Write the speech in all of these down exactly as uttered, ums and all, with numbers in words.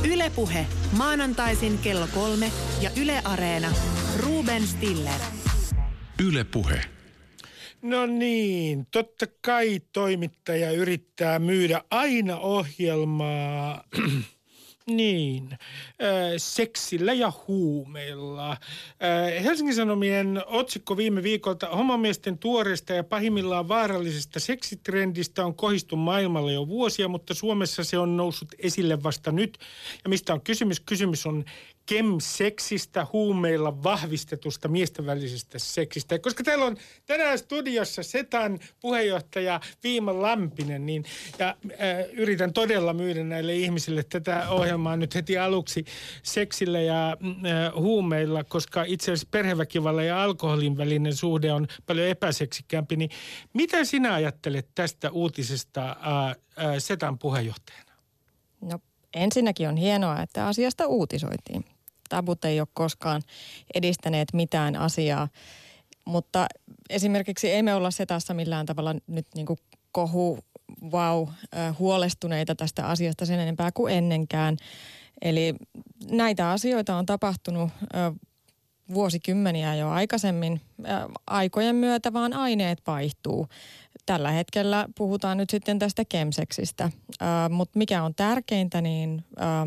Yle Puhe. Maanantaisin kello kolme ja Yle Areena. Ruben Stiller. Yle Puhe. No niin, totta kai toimittaja yrittää myydä aina ohjelmaa niin, äh, seksillä ja huumeilla. Äh, Helsingin Sanomien otsikko viime viikolta homomiesten tuoreesta ja pahimmillaan vaarallisesta seksitrendistä on kohistu maailmalla jo vuosia, mutta Suomessa se on noussut esille vasta nyt. Ja mistä on kysymys? Kysymys on chemseksistä, huumeilla vahvistetusta miesten välisestä seksistä. Ja koska täällä on tänään studiossa Setan puheenjohtaja Viima Lampinen, niin ja, äh, yritän todella myydä näille ihmisille tätä ohjelmaa nyt heti aluksi seksillä ja äh, huumeilla, koska itse asiassa perheväkivallan ja alkoholin välinen suhde on paljon epäseksikämpi. Niin mitä sinä ajattelet tästä uutisesta äh, äh, Setan puheenjohtajana? No ensinnäkin on hienoa, että asiasta uutisoitiin. Tabut ei ole koskaan edistäneet mitään asiaa, mutta esimerkiksi ei me olla Setassa millään tavalla nyt niin kuin kohu, vau, huolestuneita tästä asiasta sen enempää kuin ennenkään. Eli näitä asioita on tapahtunut vuosikymmeniä jo aikaisemmin. Aikojen myötä vaan aineet vaihtuu. Tällä hetkellä puhutaan nyt sitten tästä chemseksistä, mutta mikä on tärkeintä, niin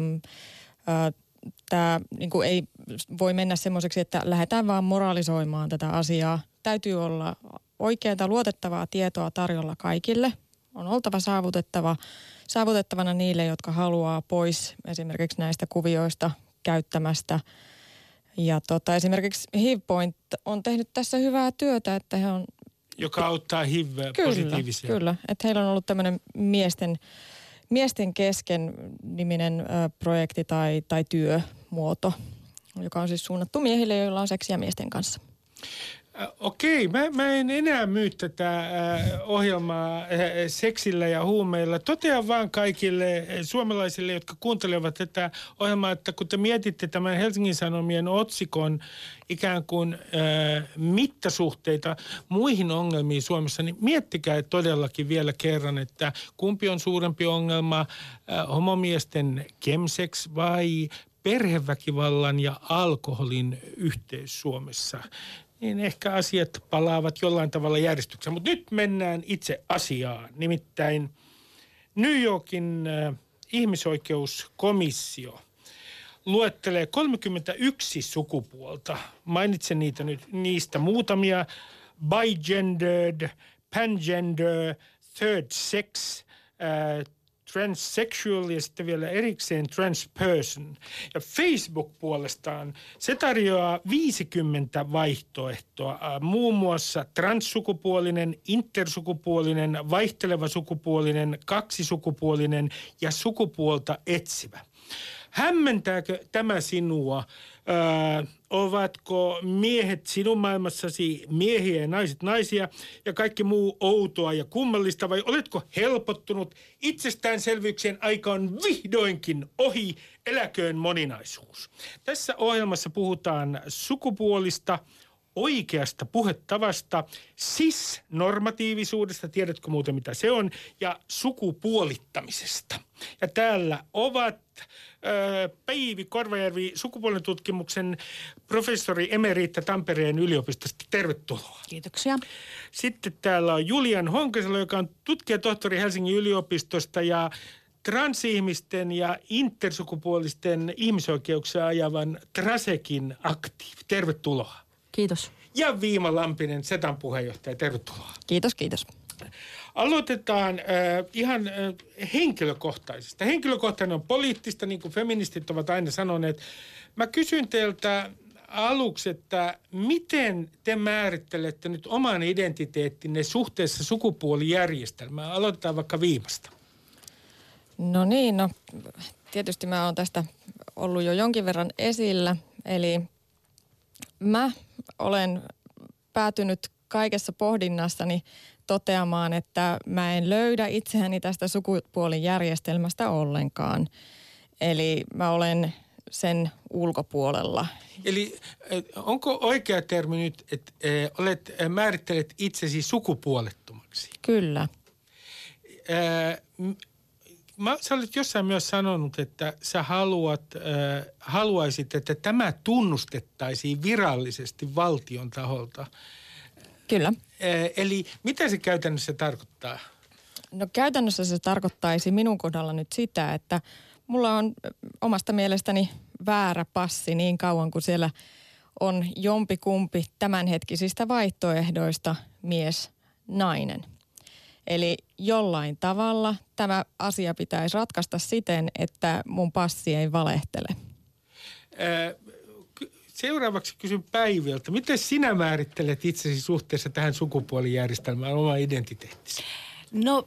tämä niin kuin ei voi mennä semmoiseksi, että lähdetään vaan moralisoimaan tätä asiaa. Täytyy olla oikeaa, luotettavaa tietoa tarjolla kaikille. On oltava saavutettava, saavutettavana niille, jotka haluaa pois esimerkiksi näistä kuvioista käyttämästä. Ja tota, esimerkiksi H I V-Point on tehnyt tässä hyvää työtä, että he on... Joka auttaa H I V-positiivisia. Kyllä, kyllä. Että heillä on ollut tämmöinen miesten... Miesten kesken niminen ö, projekti tai, tai työmuoto, joka on siis suunnattu miehille, joilla on seksiä miesten kanssa. Okei, mä, mä en enää myy tätä äh, ohjelmaa äh, seksillä ja huumeilla. Totean vaan kaikille äh, suomalaisille, jotka kuuntelevat tätä ohjelmaa, että kun te mietitte tämän Helsingin Sanomien otsikon ikään kuin äh, mittasuhteita muihin ongelmiin Suomessa, niin miettikää todellakin vielä kerran, että kumpi on suurempi ongelma, äh, homomiesten chemsex vai perheväkivallan ja alkoholin yhteys Suomessa. Niin ehkä asiat palaavat jollain tavalla järjestykseen. Mutta nyt mennään itse asiaan. Nimittäin New Yorkin äh, ihmisoikeuskomissio luettelee kolmekymmentäyksi sukupuolta. Mainitsen niitä nyt, niistä muutamia. Bigendered, pangender, third sex, äh, transsexual ja sitten vielä erikseen transperson. Ja Facebook puolestaan, se tarjoaa viisikymmentä vaihtoehtoa. Muun muassa transsukupuolinen, intersukupuolinen, vaihteleva sukupuolinen, kaksisukupuolinen ja sukupuolta etsivä. Hämmentääkö tämä sinua? Öö, ovatko miehet sinun maailmassasi miehiä ja naiset naisia ja kaikki muu outoa ja kummallista, vai oletko helpottunut? Itsestäänselvyyksien aika on vihdoinkin ohi, eläköön moninaisuus. Tässä ohjelmassa puhutaan sukupuolista, oikeasta puhettavasta, cis-normatiivisuudesta, tiedätkö muuten mitä se on, ja sukupuolittamisesta. Ja täällä ovat äh, Päivi Korvajärvi, sukupuolen tutkimuksen professori emerita Tampereen yliopistosta. Tervetuloa. Kiitoksia. Sitten täällä on Julian Honkasalo, joka on tutkijatohtori Helsingin yliopistosta ja transihmisten ja intersukupuolisten ihmisoikeuksia ajavan Trasekin aktiivi. Tervetuloa. Kiitos. Ja Viima Lampinen, Setan puheenjohtaja. Tervetuloa. Kiitos, kiitos. Aloitetaan äh, ihan äh, henkilökohtaisesta. Henkilökohtainen on poliittista, niin kuin feministit ovat aina sanoneet. Mä kysyn teiltä aluksi, että miten te määrittelette nyt oman identiteettinne suhteessa sukupuolijärjestelmään? Aloitetaan vaikka Viimasta. No niin, no tietysti mä oon tästä ollut jo jonkin verran esillä, eli mä olen päätynyt kaikessa pohdinnassani toteamaan, että mä en löydä itseäni tästä sukupuolijärjestelmästä ollenkaan. Eli mä olen sen ulkopuolella. Eli onko oikea termi nyt, että olet, määrittelet itsesi sukupuolettomaksi? Kyllä. Ää, mä, sä olet jossain myös sanonut, että sä haluat, äh, haluaisit, että tämä tunnustettaisiin virallisesti valtion taholta. Kyllä. Äh, eli mitä se käytännössä tarkoittaa? No käytännössä se tarkoittaisi minun kohdalla nyt sitä, että mulla on omasta mielestäni väärä passi niin kauan kuin siellä on jompikumpi tämänhetkisistä vaihtoehdoista mies, nainen. Eli jollain tavalla tämä asia pitäisi ratkaista siten, että mun passi ei valehtele. Seuraavaksi kysyn Päiviltä. Miten sinä määrittelet itsesi suhteessa tähän sukupuolijärjestelmään, oma identiteettisi? No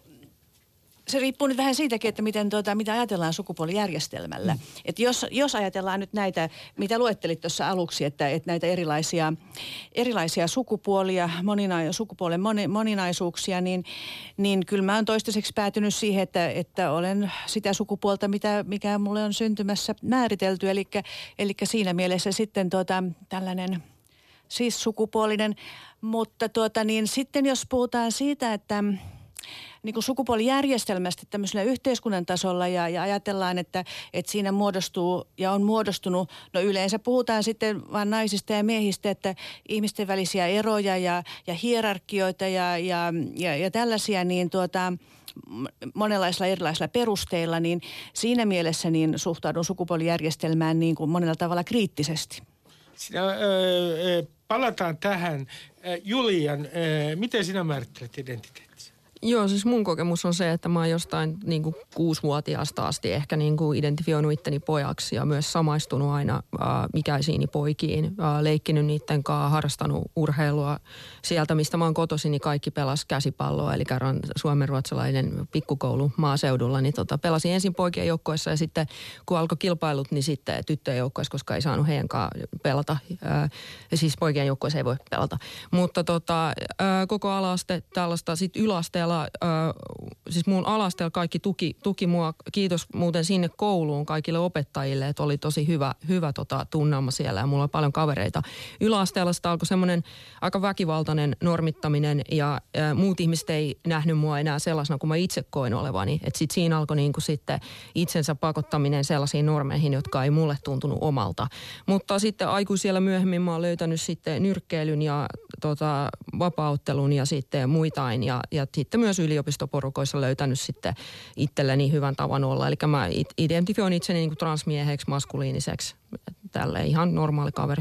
se riippuu nyt vähän siitäkin, että miten, tuota, mitä ajatellaan sukupuolijärjestelmällä. Mm. Että jos, jos ajatellaan nyt näitä, mitä luettelit tuossa aluksi, että, että näitä erilaisia, erilaisia sukupuolia, monina, sukupuolen moni, moninaisuuksia, niin, niin kyllä mä oon toistaiseksi päätynyt siihen, että, että olen sitä sukupuolta, mitä, mikä mulle on syntymässä määritelty. Eli, eli siinä mielessä sitten tuota, tällainen siis sukupuolinen. Mutta tuota, niin sitten jos puhutaan siitä, että niin kuin sukupuolijärjestelmästä tämmöisellä yhteiskunnan tasolla ja, ja ajatellaan, että, että siinä muodostuu ja on muodostunut, no yleensä puhutaan sitten vain naisista ja miehistä, että ihmisten välisiä eroja ja, ja hierarkioita ja, ja, ja, ja tällaisia, niin tuota, monenlaisilla erilaisilla perusteilla, niin siinä mielessä niin suhtaudun sukupuolijärjestelmään niin kuin monella tavalla kriittisesti. Sinä, öö, palataan tähän. Julian, öö, miten sinä määrittelet identiteettisi? Joo, siis mun kokemus on se, että mä oon jostain niin kuin kuusivuotiaasta asti ehkä niin kuin identifioinut itteni pojaksi ja myös samaistunut aina äh, ikäisiini poikiin, äh, leikkinyt niiden kanssa, harrastanut urheilua. Sieltä, mistä mä oon kotoisin, niin kaikki pelas käsipalloa, eli kerran suomenruotsalainen pikkukoulu maaseudulla, niin tota, pelasin ensin poikien joukkoissa ja sitten kun alkoi kilpailut, niin sitten tyttöjen joukkoissa, koska ei saanut heidän kanssa pelata. Äh, siis poikien joukkoissa ei voi pelata. Mutta tota, äh, koko ala-aste tällaista, sitten yläasteella Äh, siis mun alasteella kaikki tuki, tuki mua, kiitos muuten sinne kouluun kaikille opettajille, että oli tosi hyvä, hyvä tota, tunnelma siellä ja mulla oli paljon kavereita. Yläasteella sitä alkoi semmoinen aika väkivaltainen normittaminen ja äh, muut ihmiset ei nähnyt mua enää sellaisena kuin mä itse koin olevani. Että sit siinä alkoi niinku sitten itsensä pakottaminen sellaisiin normeihin, jotka ei mulle tuntunut omalta. Mutta sitten aikuisiellä myöhemmin mä oon löytänyt sitten nyrkkeilyn ja tota, vapauttelun ja sitten muitain ja, ja sitten myös yliopistoporukoissa löytänyt sitten itselleni hyvän tavan olla. Eli mä identifioin itseni niin kuin transmieheksi, maskuliiniseksi, tälle ihan normaali kaveri.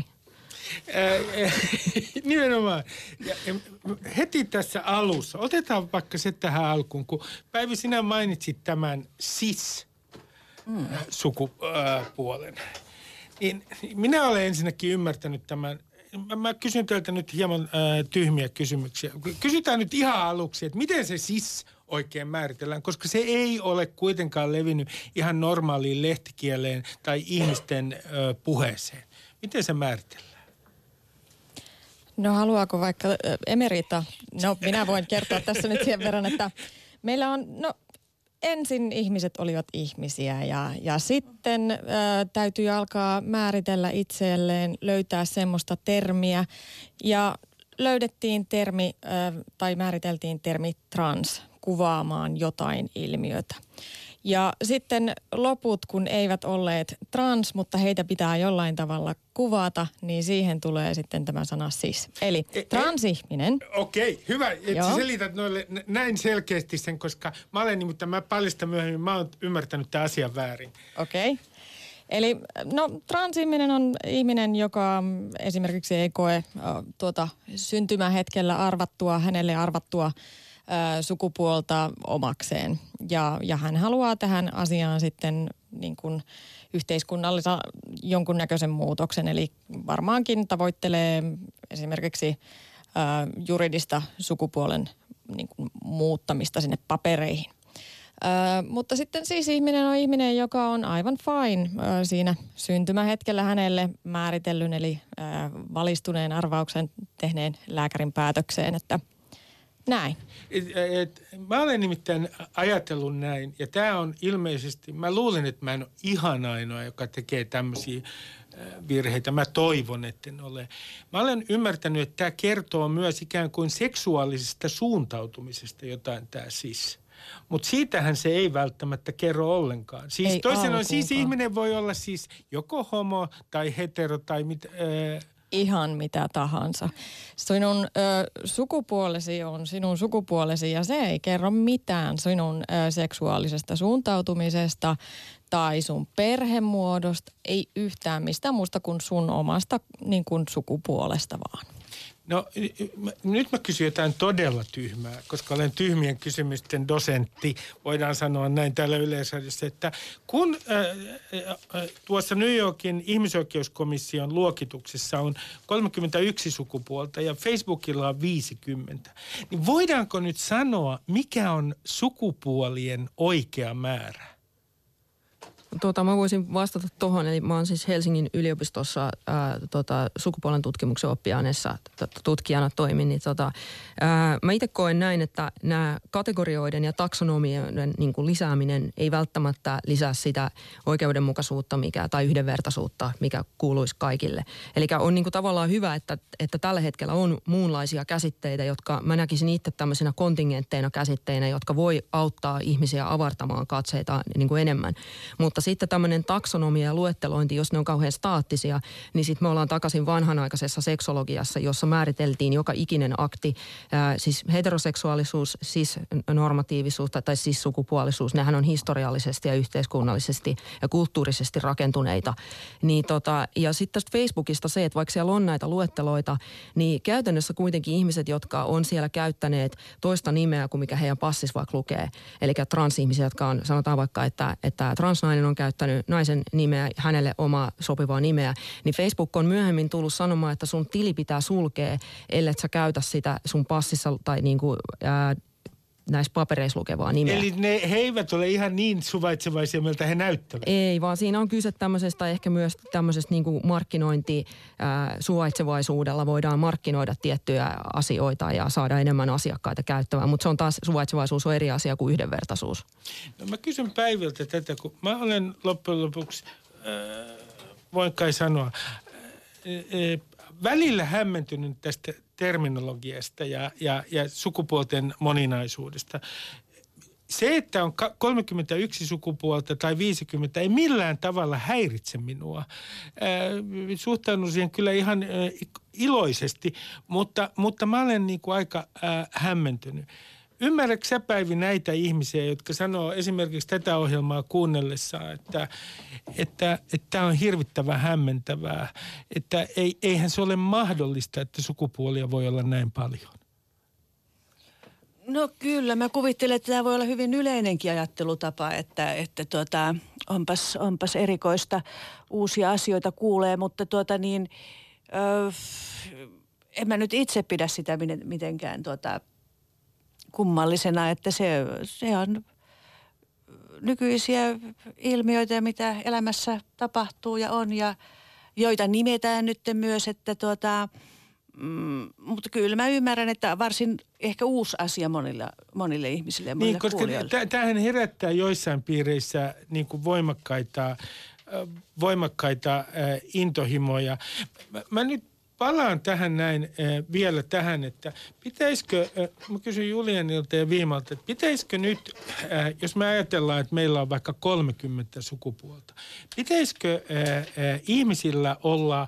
Ää, nimenomaan. Ja, heti tässä alussa, otetaan vaikka se tähän alkuun, kun Päivi sinä mainitsit tämän cis-sukupuolen. Niin minä olen ensinnäkin ymmärtänyt tämän. Mä kysyn teiltä nyt hieman äh, tyhmiä kysymyksiä. Kysytään nyt ihan aluksi, että miten se cis oikein määritellään, koska se ei ole kuitenkaan levinnyt ihan normaaliin lehtikieleen tai ihmisten äh, puheeseen. Miten se määritellään? No haluaako vaikka äh, Emerita? No minä voin kertoa tässä nyt sen verran, että meillä on, no ensin ihmiset olivat ihmisiä ja, ja sitten ä, täytyy alkaa määritellä itselleen, löytää semmoista termiä ja löydettiin termi ä, tai määriteltiin termi trans kuvaamaan jotain ilmiötä. Ja sitten loput, kun eivät olleet trans, mutta heitä pitää jollain tavalla kuvata, niin siihen tulee sitten tämä sana cis. Eli transihminen. Okei, okay, hyvä, että sä selität noille näin selkeästi sen, koska mä olen nimittäin, mä paljastan myöhemmin, mä oon ymmärtänyt tämän asian väärin. Okei. Okay. Eli no transihminen on ihminen, joka esimerkiksi ei koe äh, tuota syntymähetkellä arvattua, hänelle arvattua sukupuolta omakseen. Ja, ja hän haluaa tähän asiaan sitten niin kuin yhteiskunnallisen jonkunnäköisen muutoksen. Eli varmaankin tavoittelee esimerkiksi ä, juridista sukupuolen niin kuin muuttamista sinne papereihin. Ä, mutta sitten siis ihminen on ihminen, joka on aivan fine ä, siinä syntymähetkellä hänelle määritellyn, eli ä, valistuneen arvauksen tehneen lääkärin päätökseen, että näin. Et, et, mä olen nimittäin ajatellut näin, ja tämä on ilmeisesti, mä luulen, että mä en ole ihan ainoa, joka tekee tämmöisiä virheitä. Mä toivon, että en ole. Mä olen ymmärtänyt, että tämä kertoo myös ikään kuin seksuaalisesta suuntautumisesta jotain tämä cis. Mutta siitähän se ei välttämättä kerro ollenkaan. Siis Ei toisin sanoen, siis alkuunkaan. ihminen voi olla siis joko homo tai hetero tai mit, äh, Ihan mitä tahansa. Sinun ö, sukupuolesi on sinun sukupuolesi ja se ei kerro mitään sinun ö, seksuaalisesta suuntautumisesta tai sun perhemuodosta, ei yhtään mistään muusta kuin sun omasta niin kuin sukupuolesta vaan. No mä, nyt mä kysyn jotain todella tyhmää, koska olen tyhmien kysymysten dosentti, voidaan sanoa näin täällä Yleisradiossa, että kun äh, äh, tuossa New Yorkin ihmisoikeuskomission luokituksessa on kolmekymmentäyksi sukupuolta ja Facebookilla on viisikymmentä, niin voidaanko nyt sanoa, mikä on sukupuolien oikea määrä? Tuota, mä voisin vastata tuohon, eli mä oon siis Helsingin yliopistossa ää, tota, sukupuolen tutkimuksen oppiaineessa tutkijana toimin. Niin, tota, ää, mä itse koen näin, että nämä kategorioiden ja taksonomioiden niin kuin lisääminen ei välttämättä lisää sitä oikeudenmukaisuutta mikä, tai yhdenvertaisuutta, mikä kuuluisi kaikille. Eli on niin kuin tavallaan hyvä, että, että tällä hetkellä on muunlaisia käsitteitä, jotka mä näkisin itse tämmöisenä kontingentteina käsitteinä, jotka voi auttaa ihmisiä avartamaan katseita niin kuin enemmän. Mutta sitten tämmöinen taksonomia ja luettelointi, jos ne on kauhean staattisia, niin sitten me ollaan takaisin vanhanaikaisessa seksologiassa, jossa määriteltiin joka ikinen akti, ää, siis heteroseksuaalisuus, siis normatiivisuus tai siis sukupuolisuus, nehän on historiallisesti ja yhteiskunnallisesti ja kulttuurisesti rakentuneita. Niin tota, ja sitten tästä Facebookista se, että vaikka siellä on näitä luetteloita, niin käytännössä kuitenkin ihmiset, jotka on siellä käyttäneet toista nimeä kuin mikä heidän passissa vaikka lukee, eli transihmisiä, jotka on, sanotaan vaikka, että, että transnainen on käyttänyt naisen nimeä, hänelle omaa sopivaa nimeä, niin Facebook on myöhemmin tullut sanomaan, että sun tili pitää sulkea, ellei sä käytä sitä sun passissa tai niin kuin, ää, näissä papereissa lukevaa nimeä. Eli ne, he eivät ole ihan niin suvaitsevaisia, miltä he näyttävät. Ei, vaan siinä on kyse tämmöisestä ehkä myös tämmöisestä niin kuin markkinointi ää, suvaitsevaisuudella voidaan markkinoida tiettyjä asioita ja saada enemmän asiakkaita käyttämään, mutta se on taas, suvaitsevaisuus on eri asia kuin yhdenvertaisuus. No mä kysyn Päiviltä tätä, kun mä olen loppujen lopuksi, äh, voin kai sanoa, äh, äh, välillä hämmentynyt tästä terminologiasta ja, ja, ja sukupuolten moninaisuudesta. Se, että on kolmekymmentäyksi sukupuolta tai viisikymmentä, ei millään tavalla häiritse minua. Äh, suhtaudun siihen kyllä ihan äh, iloisesti, mutta, mutta mä olen niin kuin aika äh, hämmentynyt. Ymmärrätkö sä, Päivi, näitä ihmisiä, jotka sanoo esimerkiksi tätä ohjelmaa kuunnellessaan, että että tämä on hirvittävän hämmentävää, että ei, eihän se ole mahdollista, että sukupuolia voi olla näin paljon? No kyllä, mä kuvittelen, että tämä voi olla hyvin yleinenkin ajattelutapa, että, että tuota, onpas, onpas erikoista uusia asioita kuulee, mutta tuota niin, ö, en mä nyt itse pidä sitä mitenkään tuota kummallisena, että se, se on nykyisiä ilmiöitä, mitä elämässä tapahtuu ja on ja joita nimetään nyt myös, että tuota, mm, mutta kyllä mä ymmärrän, että varsin ehkä uusi asia monille, monille ihmisille ja monille niin, koska kuulijoille. Tämähän herättää joissain piireissä niin kuin voimakkaita, voimakkaita intohimoja. Mä, mä nyt palaan tähän näin äh, vielä tähän, että pitäisikö, äh, mä kysyn Julianilta ja Viimalta, että pitäisikö nyt, äh, jos me ajatellaan, että meillä on vaikka kolmekymmentä sukupuolta, pitäisikö äh, äh, ihmisillä olla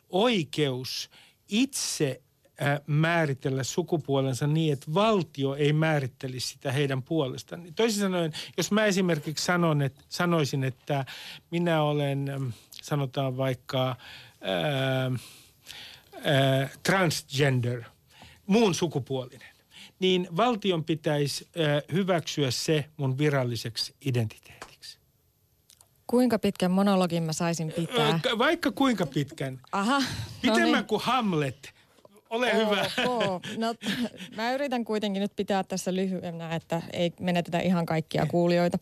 oikeus itse äh, määritellä sukupuolensa niin, että valtio ei määrittelisi sitä heidän puolestaan. Toisin sanoen, jos mä esimerkiksi sanon, että, sanoisin, että minä olen, äh, sanotaan vaikka Äh, Äh, transgender, muun sukupuolinen, niin valtion pitäisi äh, hyväksyä se mun viralliseksi identiteetiksi. Kuinka pitkän monologin mä saisin pitää? Äh, vaikka kuinka pitkän. Aha. No Pitemmän niin. kuin Hamlet. Ole hyvä. Okay. No, mä yritän kuitenkin nyt pitää tässä lyhyenä, että ei menetetä ihan kaikkia kuulijoita.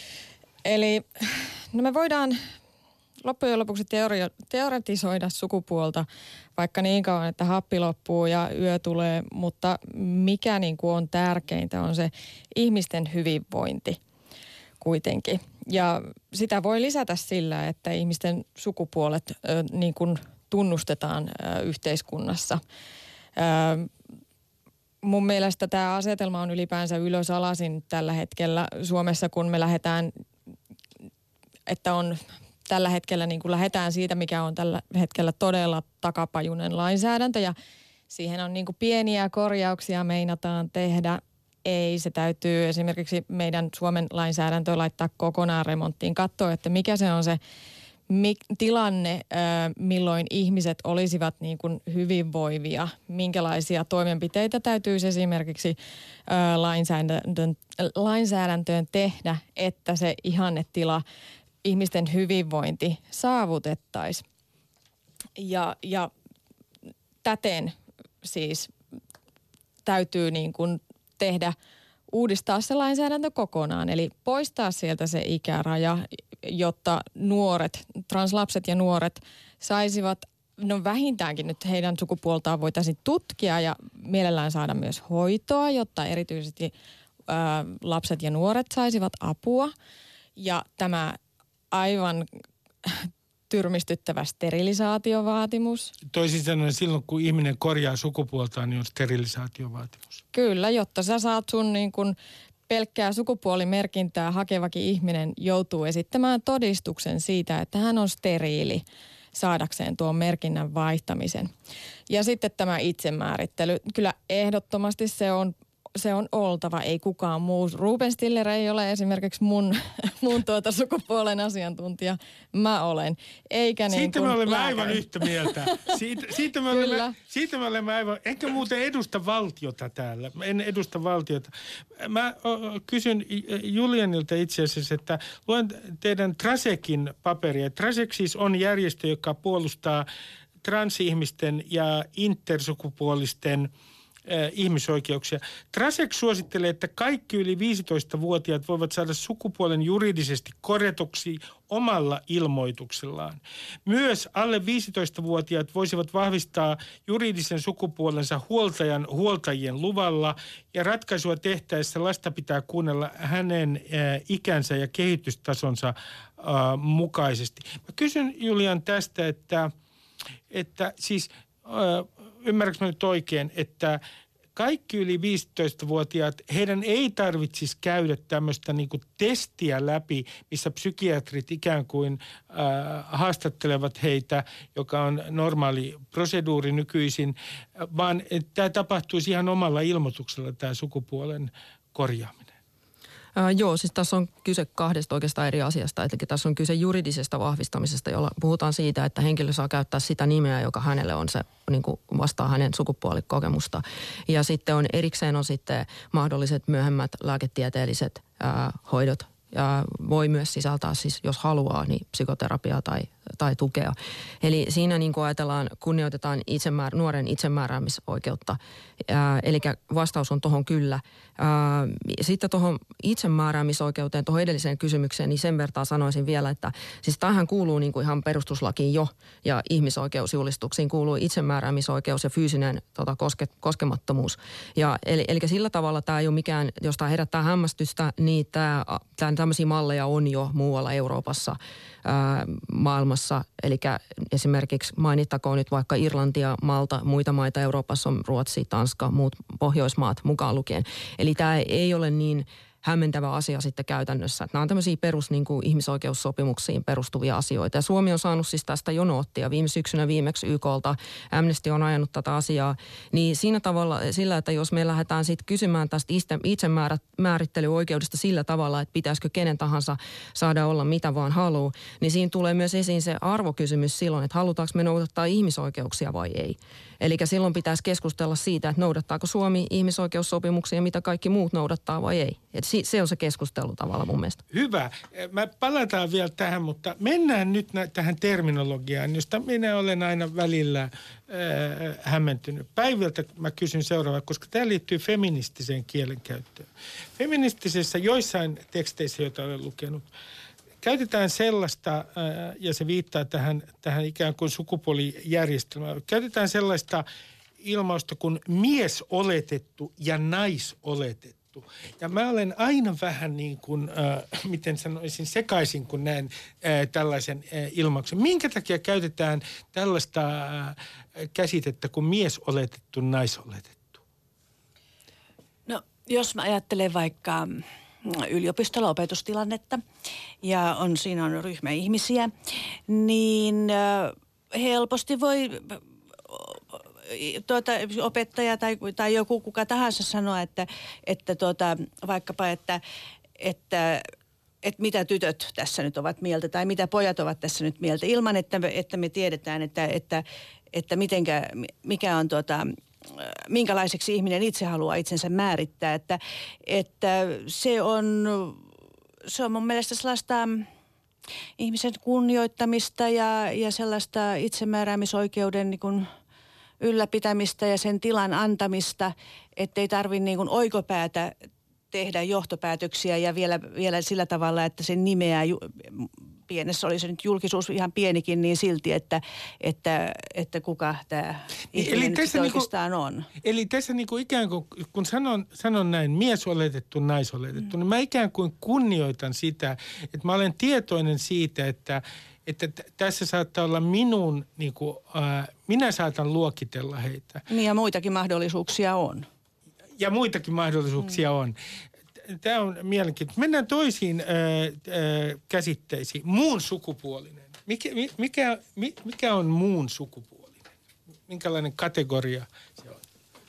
Eli no me voidaan loppujen lopuksi teoria, teoretisoida sukupuolta vaikka niin kauan, että happi loppuu ja yö tulee, mutta mikä niin kuin on tärkeintä on se ihmisten hyvinvointi kuitenkin. Ja sitä voi lisätä sillä, että ihmisten sukupuolet ö, niin kuin tunnustetaan ö, yhteiskunnassa. Ö, mun mielestä tämä asetelma on ylipäänsä ylös alasin tällä hetkellä Suomessa, kun me lähdetään, että on tällä hetkellä niin kuin lähdetään siitä, mikä on tällä hetkellä todella takapajuinen lainsäädäntö ja siihen on niin kuin pieniä korjauksia meinataan tehdä. Ei, se täytyy esimerkiksi meidän Suomen lainsäädäntöä laittaa kokonaan remonttiin, katsoa, että mikä se on se tilanne, milloin ihmiset olisivat niin kuin hyvinvoivia, minkälaisia toimenpiteitä täytyisi esimerkiksi lainsäädäntöön, lainsäädäntöön tehdä, että se ihannetila, ihmisten hyvinvointi saavutettaisiin. Ja, ja täten siis täytyy niin kuin tehdä, uudistaa se lainsäädäntö kokonaan, eli poistaa sieltä se ikäraja, jotta nuoret, translapset ja nuoret saisivat, no vähintäänkin nyt heidän sukupuoltaan voitaisiin tutkia ja mielellään saada myös hoitoa, jotta erityisesti ää, lapset ja nuoret saisivat apua. Ja tämä aivan tyrmistyttävä sterilisaatiovaatimus. Toisin sanoen silloin, kun ihminen korjaa sukupuoltaan, niin on sterilisaatiovaatimus. Kyllä, jotta sä saat sun niin kuin pelkkää sukupuolimerkintää hakevakin ihminen joutuu esittämään todistuksen siitä, että hän on steriili saadakseen tuon merkinnän vaihtamisen. Ja sitten tämä itsemäärittely. Kyllä ehdottomasti se on Se on oltava, ei kukaan muu. Ruben Stiller ei ole esimerkiksi mun, mun tuota sukupuolen asiantuntija. Mä olen. Eikä niin siitä kuin me olemme lääkäri. aivan yhtä mieltä. Siitä, siitä, me olemme, siitä me olemme aivan, enkä muuten edusta valtiota täällä. En edusta valtiota. Mä o, kysyn Julianilta itse asiassa, että luen teidän Trasekin paperia. Trasek siis on järjestö, joka puolustaa transihmisten ja intersukupuolisten ihmisoikeuksia. Trasek suosittelee, että kaikki yli viisitoistavuotiaat voivat saada sukupuolen juridisesti korjatuksi omalla ilmoituksellaan. Myös alle viisitoistavuotiaat voisivat vahvistaa juridisen sukupuolensa huoltajan huoltajien luvalla ja ratkaisua tehtäessä lasta pitää kuunnella hänen äh, ikänsä ja kehitystasonsa äh, mukaisesti. Mä kysyn Julian tästä, että, että siis äh, ymmärrätkö nyt oikein, että kaikki yli viisitoistavuotiaat, heidän ei tarvitsisi käydä tämmöistä niinku testiä läpi, missä psykiatrit ikään kuin äh, haastattelevat heitä, joka on normaali proseduuri nykyisin, vaan tämä tapahtuisi ihan omalla ilmoituksella tämä sukupuolen korjaaminen. Ää, joo, siis tässä on kyse kahdesta oikeastaan eri asiasta. Eli tässä on kyse juridisesta vahvistamisesta, jolla puhutaan siitä, että henkilö saa käyttää sitä nimeä, joka hänelle on se, niin kuin vastaa hänen sukupuolikokemusta. Ja sitten on erikseen on sitten mahdolliset myöhemmät lääketieteelliset ää, hoidot. Ja voi myös sisältää siis, jos haluaa, niin psykoterapiaa tai, tai tukea. Eli siinä niin kuin ajatellaan, kunnioitetaan itsemäär, nuoren itsemääräämisoikeutta. Ää, eli vastaus on tuohon kyllä. Ää, sitten tuohon itsemääräämisoikeuteen, tuohon edelliseen kysymykseen, niin sen vertaan sanoisin vielä, että siis tämähän kuuluu niin kuin ihan perustuslakiin jo ja ihmisoikeusjulistuksiin kuuluu itsemääräämisoikeus ja fyysinen tota, koske, koskemattomuus. Ja, eli, eli sillä tavalla tämä ei ole mikään, jos tämä herättää hämmästystä, niin tämä, tämä tämmöisiä malleja on jo muualla Euroopassa, ää, maailmassa. Eli esimerkiksi mainittakoon nyt vaikka Irlantia, Malta, muita maita Euroopassa on Ruotsi, Tanska, muut Pohjoismaat mukaan lukien. Eli tämä ei ole niin hämmentävä asia sitten käytännössä. Nämä on tämmöisiä perus niin kuin ihmisoikeussopimuksiin perustuvia asioita. Ja Suomi on saanut siis tästä jo noottia. Viime syksynä viimeksi Y K:lta Amnesty on ajanut tätä asiaa. Niin siinä tavalla sillä, että jos me lähdetään sitten kysymään tästä itsemäärittelyoikeudesta sillä tavalla, että pitäisikö kenen tahansa saada olla mitä vaan haluaa, niin siinä tulee myös esiin se arvokysymys silloin, että halutaanko me noudattaa ihmisoikeuksia vai ei. Eli silloin pitäisi keskustella siitä, että noudattaako Suomi ihmisoikeussopimuksia ja mitä kaikki muut noudattaa vai ei. Et se on se keskustelu tavalla mun mielestä. Hyvä. Mä palataan vielä tähän, mutta mennään nyt tähän terminologiaan, josta minä olen aina välillä äh, hämmentynyt. Päiviltä mä kysyn seuraavaa, koska tämä liittyy feministiseen kielenkäyttöön. Feministisessä joissain teksteissä, joita olen lukenut, käytetään sellaista, ja se viittaa tähän, tähän ikään kuin sukupuolijärjestelmään, käytetään sellaista ilmausta kuin miesoletettu ja naisoletettu. Ja mä olen aina vähän niin kuin, äh, miten sanoisin, sekaisin, kun näen äh, tällaisen äh, ilmauksen. Minkä takia käytetään tällaista äh, käsitettä kuin miesoletettu, naisoletettu? jos mä ajattelen vaikka yliopistolla opetustilannetta ja on, siinä on ryhmä ihmisiä, niin helposti voi tuota, opettaja tai, tai joku kuka tahansa sanoa, että, että tuota, vaikkapa, että, että, että mitä tytöt tässä nyt ovat mieltä tai mitä pojat ovat tässä nyt mieltä, ilman että, että me tiedetään, että, että, että mitenkä, mikä on tuota, minkälaiseksi ihminen itse haluaa itsensä määrittää, että, että se on, se on mun mielestä sellaista ihmisen kunnioittamista ja, ja sellaista itsemääräämisoikeuden niin kuin ylläpitämistä ja sen tilan antamista, ettei tarvitse niin kuin oikopäätä tehdä johtopäätöksiä ja vielä, vielä sillä tavalla, että sen nimeää, pienessä oli se nyt julkisuus ihan pienikin, niin silti, että, että, että kuka tämä ihminen nyt oikeastaan niinku, on. Eli tässä niinku ikään kuin, kun sanon, sanon näin, mies oletettu, naisoletettu, mm. niin mä ikään kuin kunnioitan sitä, että mä olen tietoinen siitä, että että t- tässä saattaa olla minun, niin kuin, äh, minä saatan luokitella heitä. Niin ja muitakin mahdollisuuksia on. Ja muitakin mahdollisuuksia mm. on. Tämä on mielenkiintoista. Mennään toisiin äh, äh, käsitteisiin. Muun sukupuolinen. Mikä, mikä, mikä on muun sukupuolinen? Minkälainen kategoria se on?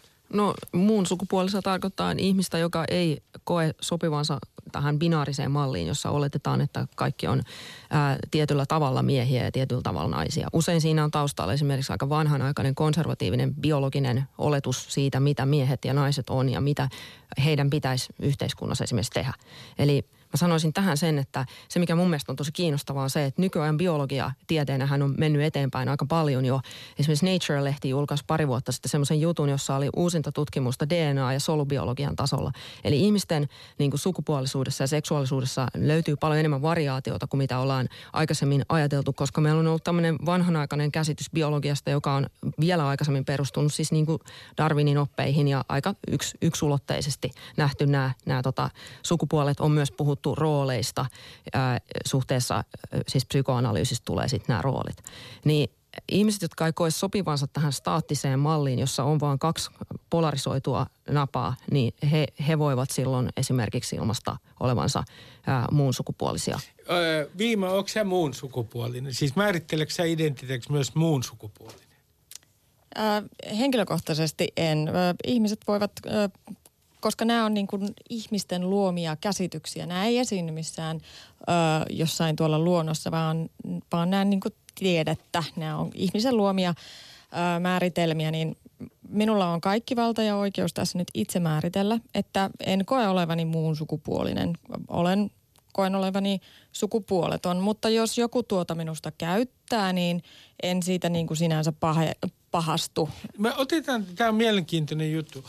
No muun sukupuolissa tarkoittaa ihmistä, joka ei koe sopivansa tähän binaariseen malliin, jossa oletetaan, että kaikki on ää, tietyllä tavalla miehiä ja tietyllä tavalla naisia. Usein siinä on taustalla esimerkiksi aika vanhanaikainen konservatiivinen biologinen oletus siitä, mitä miehet ja naiset on ja mitä heidän pitäisi yhteiskunnassa esimerkiksi tehdä. Eli mä sanoisin tähän sen, että se mikä mun mielestä on tosi kiinnostavaa on se, että nykyajan biologia tieteenähän on mennyt eteenpäin aika paljon jo. Esimerkiksi Nature-lehti julkaisi pari vuotta sitten semmoisen jutun, jossa oli uusinta tutkimusta D N A- ja solubiologian tasolla. Eli ihmisten niin kuin sukupuolisuudessa ja seksuaalisuudessa löytyy paljon enemmän variaatiota kuin mitä ollaan aikaisemmin ajateltu, koska meillä on ollut tämmöinen vanhanaikainen käsitys biologiasta, joka on vielä aikaisemmin perustunut siis niin kuin Darwinin oppeihin ja aika yks, yksulotteisesti nähty nämä, nämä tota, sukupuolet. On myös puhuttu rooleista ää, suhteessa, ää, siis psykoanalyysistä tulee sitten nämä roolit. Niin ihmiset, jotka ei koe sopivansa tähän staattiseen malliin, jossa on vain kaksi polarisoitua napaa, niin he, he voivat silloin esimerkiksi ilmaista olevansa ää, muun sukupuolisia. Öö, Viima, onko sä muun sukupuolinen? Siis määritteleekö sä identiteetiksi myös muun sukupuolinen? Ää, henkilökohtaisesti en. Ää, ihmiset voivat... Ää, koska nämä on niin kuin ihmisten luomia käsityksiä. Nämä ei esiinny missään ö, jossain tuolla luonnossa, vaan, vaan nämä niin kuin tiedettä. Nämä on ihmisen luomia ö, määritelmiä, niin minulla on kaikki valta ja oikeus tässä nyt itse määritellä, että en koe olevani muun sukupuolinen. Olen, koen olevani sukupuoleton, mutta jos joku tuota minusta käyttää, niin en siitä niin kuin sinänsä pahe, pahastu. Me otetaan, tämä on mielenkiintoinen juttu.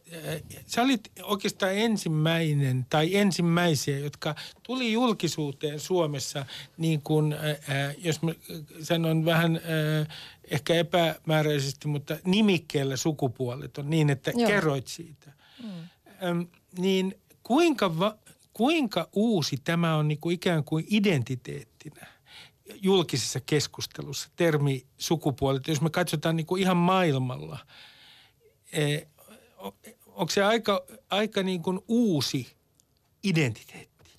Sä olit oikeastaan ensimmäinen tai ensimmäisiä, jotka tuli julkisuuteen Suomessa, niin kuin, ää, jos mä sanon vähän ää, ehkä epämääräisesti, mutta nimikkeellä sukupuoleton, niin että Joo. kerroit siitä. Mm. Ähm, niin kuinka, va, kuinka uusi tämä on niin kuin ikään kuin identiteettinä julkisessa keskustelussa, termi sukupuolet, jos me katsotaan niin kuin ihan maailmalla, ää, onko se aika, aika niin kuin uusi identiteetti?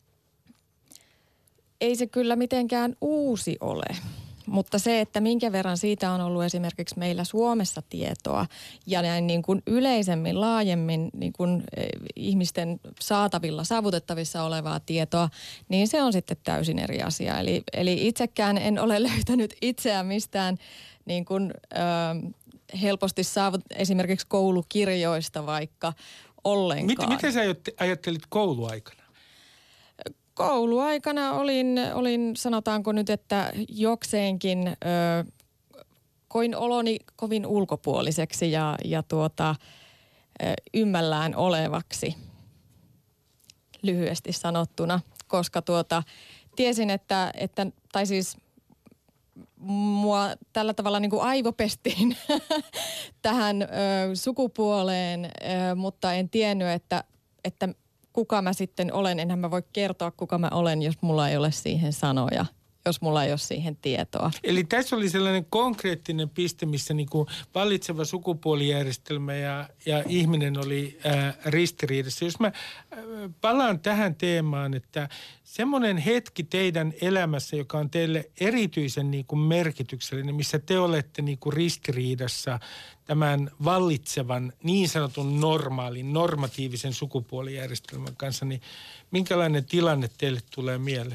Ei se kyllä mitenkään uusi ole, mutta se, että minkä verran siitä on ollut esimerkiksi meillä Suomessa tietoa ja näin niin kuin yleisemmin, laajemmin niin kuin ihmisten saatavilla, saavutettavissa olevaa tietoa, niin se on sitten täysin eri asia. Eli, eli itsekään en ole löytänyt itseään mistään niin kuin... Öö, helposti saavut esimerkiksi koulukirjoista vaikka ollenkaan. Mitä, mitä sä ajattelit kouluaikana? Kouluaikana olin, olin sanotaanko nyt, että jokseenkin ö, koin oloni kovin ulkopuoliseksi ja, ja tuota, ö, ymmällään olevaksi lyhyesti sanottuna, koska tuota, tiesin, että, että tai siis... mua tällä tavalla niin kuin aivopestiin tähän ö, sukupuoleen, ö, mutta en tiennyt, että, että kuka mä sitten olen. Enhän mä voi kertoa, kuka mä olen, jos mulla ei ole siihen sanoja. jos mulla ei ole siihen tietoa. Eli tässä oli sellainen konkreettinen piste, missä niin kuin vallitseva sukupuolijärjestelmä ja, ja ihminen oli ää, ristiriidassa. Jos mä ää, palaan tähän teemaan, että semmoinen hetki teidän elämässä, joka on teille erityisen niin kuin merkityksellinen, missä te olette niin kuin ristiriidassa tämän vallitsevan niin sanotun normaalin, normatiivisen sukupuolijärjestelmän kanssa, niin minkälainen tilanne teille tulee mieleen?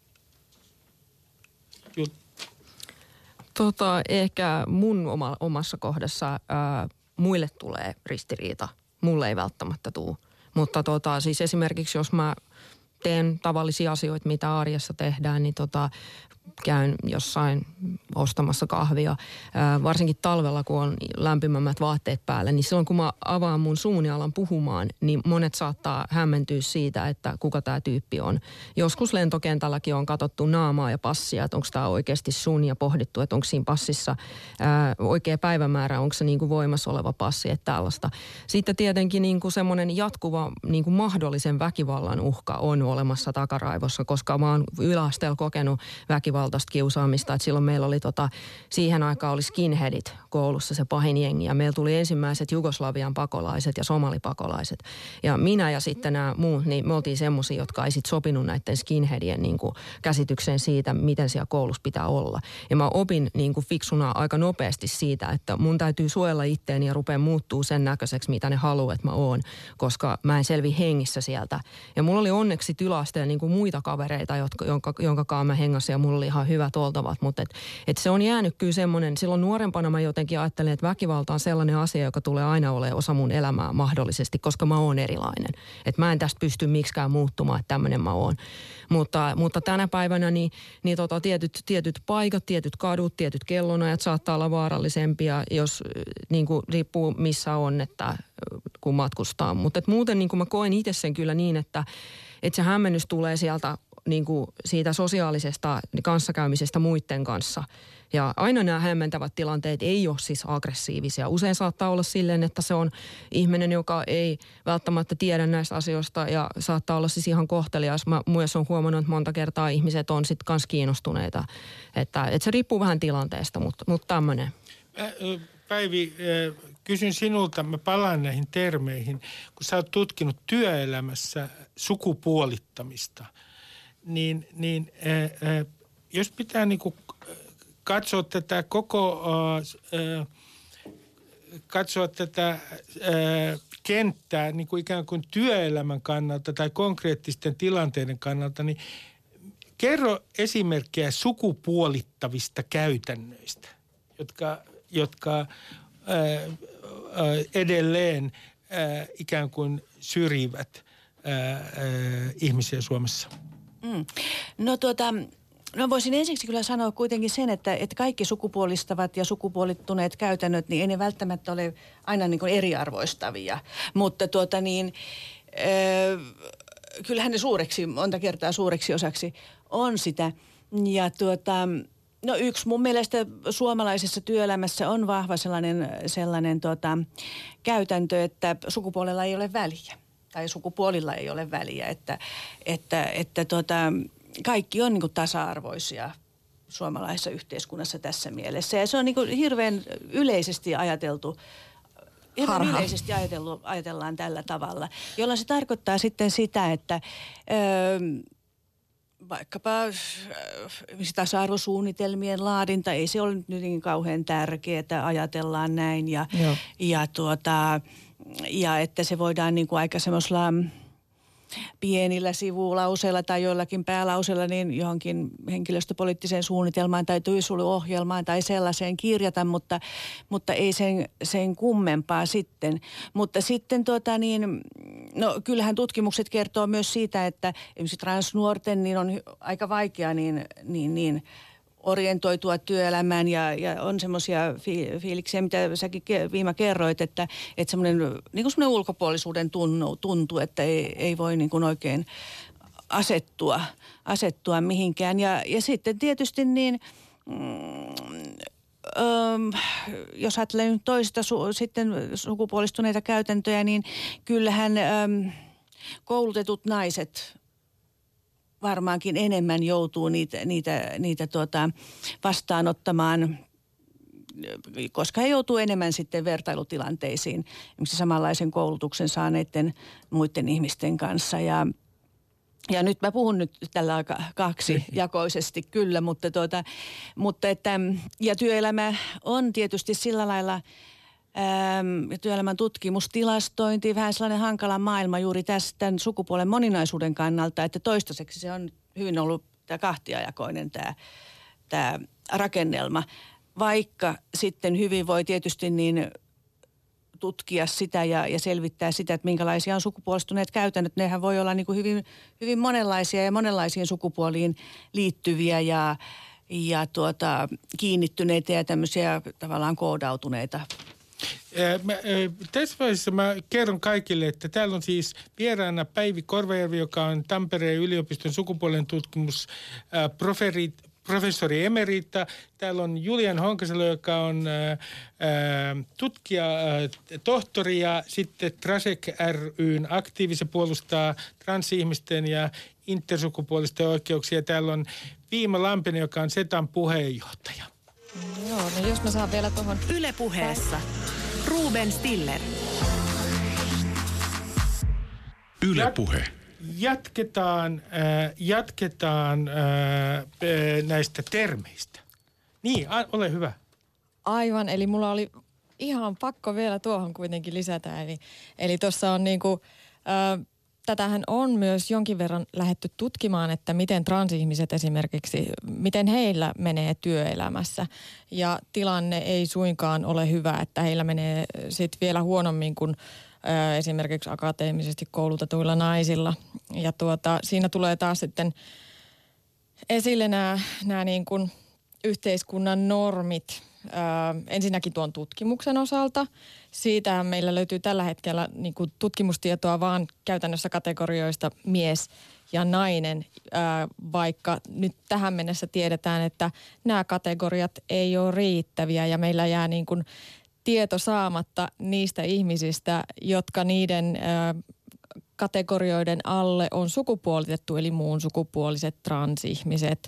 Tota, ehkä mun oma, omassa kohdassa ää, muille tulee ristiriita. Mulle ei välttämättä tule. Mutta tota, siis esimerkiksi jos mä teen tavallisia asioita, mitä arjessa tehdään, niin tota, käyn jossain ostamassa kahvia. Ää, varsinkin talvella, kun on lämpimämmät vaatteet päällä, niin silloin kun mä avaan mun suun ja alan puhumaan, niin monet saattaa hämmentyä siitä, että kuka tämä tyyppi on. Joskus lentokentälläkin on katsottu naamaa ja passia, että onko tämä oikeasti sun, ja pohdittu, että onko siinä passissa ää, oikea päivämäärä, onko se niin kuin voimassa oleva passi, että tällaista. Sitten tietenkin niin kuin semmoinen jatkuva niin kuin mahdollisen väkivallan uhka on olemassa takaraivossa, koska mä oon yläasteella kokenut väkivaltaista kiusaamista, että silloin meillä oli tota, siihen aikaan oli skinheadit koulussa se pahin jengi, ja meillä tuli ensimmäiset Jugoslavian pakolaiset ja somalipakolaiset. Ja minä ja sitten nämä muut, niin me oltiin semmoisia, jotka ei sitten sopinut näiden skinheadien niin kuin käsitykseen siitä, miten siellä koulussa pitää olla. Ja mä opin niin kuin fiksuna aika nopeasti siitä, että mun täytyy suojella itteeni ja rupea muuttuu sen näköiseksi, mitä ne haluaa, että mä oon, koska mä en selvi hengissä sieltä. Ja mulla oli onneksi yläasteella niin kuin muita kavereita, jotka, jonka, jonka kaa mä hengasin, ja mulla oli ihan hyvät oltavat, mutta et, et se on jäänyt kyllä semmoinen, silloin nuorempana mä jotenkin ajattelin, että väkivalta on sellainen asia, joka tulee aina olemaan osa mun elämää mahdollisesti, koska mä oon erilainen. Että mä en tästä pysty miksikään muuttumaan, että tämmöinen mä oon. Mutta, mutta tänä päivänä niin, niin tota, tietyt, tietyt paikat, tietyt kadut, tietyt kellonajat saattaa olla vaarallisempia, jos niin kuin, riippuu missä on, että kun matkustaa. Mutta muuten niin kuin mä koen itse sen kyllä niin, että, että se hämmennys tulee sieltä niin kuin siitä sosiaalisesta kanssakäymisestä muiden kanssa. Ja aina nämä hämmentävät tilanteet ei ole siis aggressiivisia. Usein saattaa olla silleen, että se on ihminen, joka ei välttämättä tiedä näistä asioista, ja saattaa olla siis ihan kohtelias. Mä myös olen huomannut, että monta kertaa ihmiset on sitten kanssa kiinnostuneita. Että, että se riippuu vähän tilanteesta, mutta, mutta tämmöinen. Päivi, kysyn sinulta, mä palaan näihin termeihin, kun sä oot tutkinut työelämässä sukupuolittamista, niin, niin äh, jos pitää niinku katsoa tätä koko, äh, katsoa tätä äh, kenttää niin kuin ikään kuin työelämän kannalta tai konkreettisten tilanteiden kannalta, niin kerro esimerkkejä sukupuolittavista käytännöistä, jotka, jotka äh, äh, edelleen äh, ikään kuin syrjivät äh, äh, ihmisiä Suomessa. Mm. No tuota... No voisin ensiksi kyllä sanoa kuitenkin sen, että, että kaikki sukupuolistavat ja sukupuolittuneet käytännöt, niin ei ne välttämättä ole aina niin kuin eriarvoistavia. Mutta tuota niin, äh, kyllähän ne suureksi, monta kertaa suureksi osaksi on sitä. Ja tuota, no yksi mun mielestä suomalaisessa työelämässä on vahva sellainen, sellainen tuota, käytäntö, että sukupuolella ei ole väliä. Tai sukupuolilla ei ole väliä, että, että, että tuota... Kaikki on niin kuin tasa-arvoisia suomalaisessa yhteiskunnassa tässä mielessä. Ja se on niin kuin hirveän yleisesti ajateltu, hirveän yleisesti ajatellu, ajatellaan tällä tavalla, jolloin se tarkoittaa sitten sitä, että öö, vaikkapa tasa-arvosuunnitelmien laadinta, ei se ole nyt niin kauhean tärkeää, että ajatellaan näin. Ja, ja, tuota, ja että se voidaan niin kuin aika semmoisella... pienillä sivulauseilla tai joillakin päälauseilla niin johonkin henkilöstöpoliittiseen suunnitelmaan tai työsuojeluohjelmaan tai sellaiseen kirjata, mutta, mutta ei sen, sen kummempaa sitten. Mutta sitten tuota niin, no kyllähän tutkimukset kertoo myös siitä, että esimerkiksi transnuorten niin on aika vaikea niin, niin, niin orientoitua työelämään ja, ja on semmoisia fi, fiiliksiä, mitä säkin viime kerroit, että, että semmoinen niin kuin semmoinen ulkopuolisuuden tunnu, tuntuu, että ei, ei voi niin kuin oikein asettua, asettua mihinkään. Ja, ja sitten tietysti niin, mm, öm, jos ajattelee nyt toista su, sitten sukupuolistuneita käytäntöjä, niin kyllähän öm, koulutetut naiset varmaankin enemmän joutuu niitä, niitä, niitä tuota, vastaanottamaan, koska he joutuu enemmän sitten vertailutilanteisiin, esimerkiksi samanlaisen koulutuksen saaneiden muiden ihmisten kanssa. Ja, ja nyt mä puhun nyt tällä aika kaksijakoisesti kyllä, mutta, tuota, mutta että, ja työelämä on tietysti sillä lailla, Ähm, ja työelämän tutkimustilastointi, vähän sellainen hankala maailma juuri tästä tämän sukupuolen moninaisuuden kannalta, että toistaiseksi se on hyvin ollut tämä kahtiajakoinen tämä, tämä rakennelma, vaikka sitten hyvin voi tietysti niin tutkia sitä ja, ja selvittää sitä, että minkälaisia on sukupuolistuneet käytännöt. Nehän voi olla niin kuin hyvin, hyvin monenlaisia ja monenlaisiin sukupuoliin liittyviä ja, ja tuota, kiinnittyneitä ja tämmöisiä tavallaan koodautuneita. Mä, tässä vaiheessa mä kerron kaikille, että täällä on siis vieraana Päivi Korvajärvi, joka on Tampereen yliopiston sukupuolen tutkimusprofessori emerita. Täällä on Julian Honkasalo, joka on ää, tutkija, ää, tohtori ja sitten Trasek ry:n aktiivi. Se puolustaa transihmisten ja intersukupuolisten oikeuksia. Täällä on Viima Lampinen, joka on Setan puheenjohtaja. Joo, no jos mä saan vielä tuohon. Yle Puheessa Ruben Stiller. Yle Puhe. Jatketaan, äh, jatketaan äh, näistä termeistä. Niin, a, ole hyvä. Aivan, eli mulla oli ihan pakko vielä tuohon kuitenkin lisätä. Eli, eli tuossa on niinku, äh, tätähän on myös jonkin verran lähdetty tutkimaan, että miten transihmiset esimerkiksi, miten heillä menee työelämässä. Ja tilanne ei suinkaan ole hyvä, että heillä menee sitten vielä huonommin kuin ö, esimerkiksi akateemisesti koulutetuilla naisilla. Ja tuota, siinä tulee taas sitten esille nämä, nämä niin kuin yhteiskunnan normit. Ö, ensinnäkin tuon tutkimuksen osalta. Siitähän meillä löytyy tällä hetkellä niin kuin tutkimustietoa vaan käytännössä kategorioista mies ja nainen, ö, vaikka nyt tähän mennessä tiedetään, että nämä kategoriat ei ole riittäviä ja meillä jää niin kuin tieto saamatta niistä ihmisistä, jotka niiden ö, kategorioiden alle on sukupuolitettu, eli muun sukupuoliset transihmiset.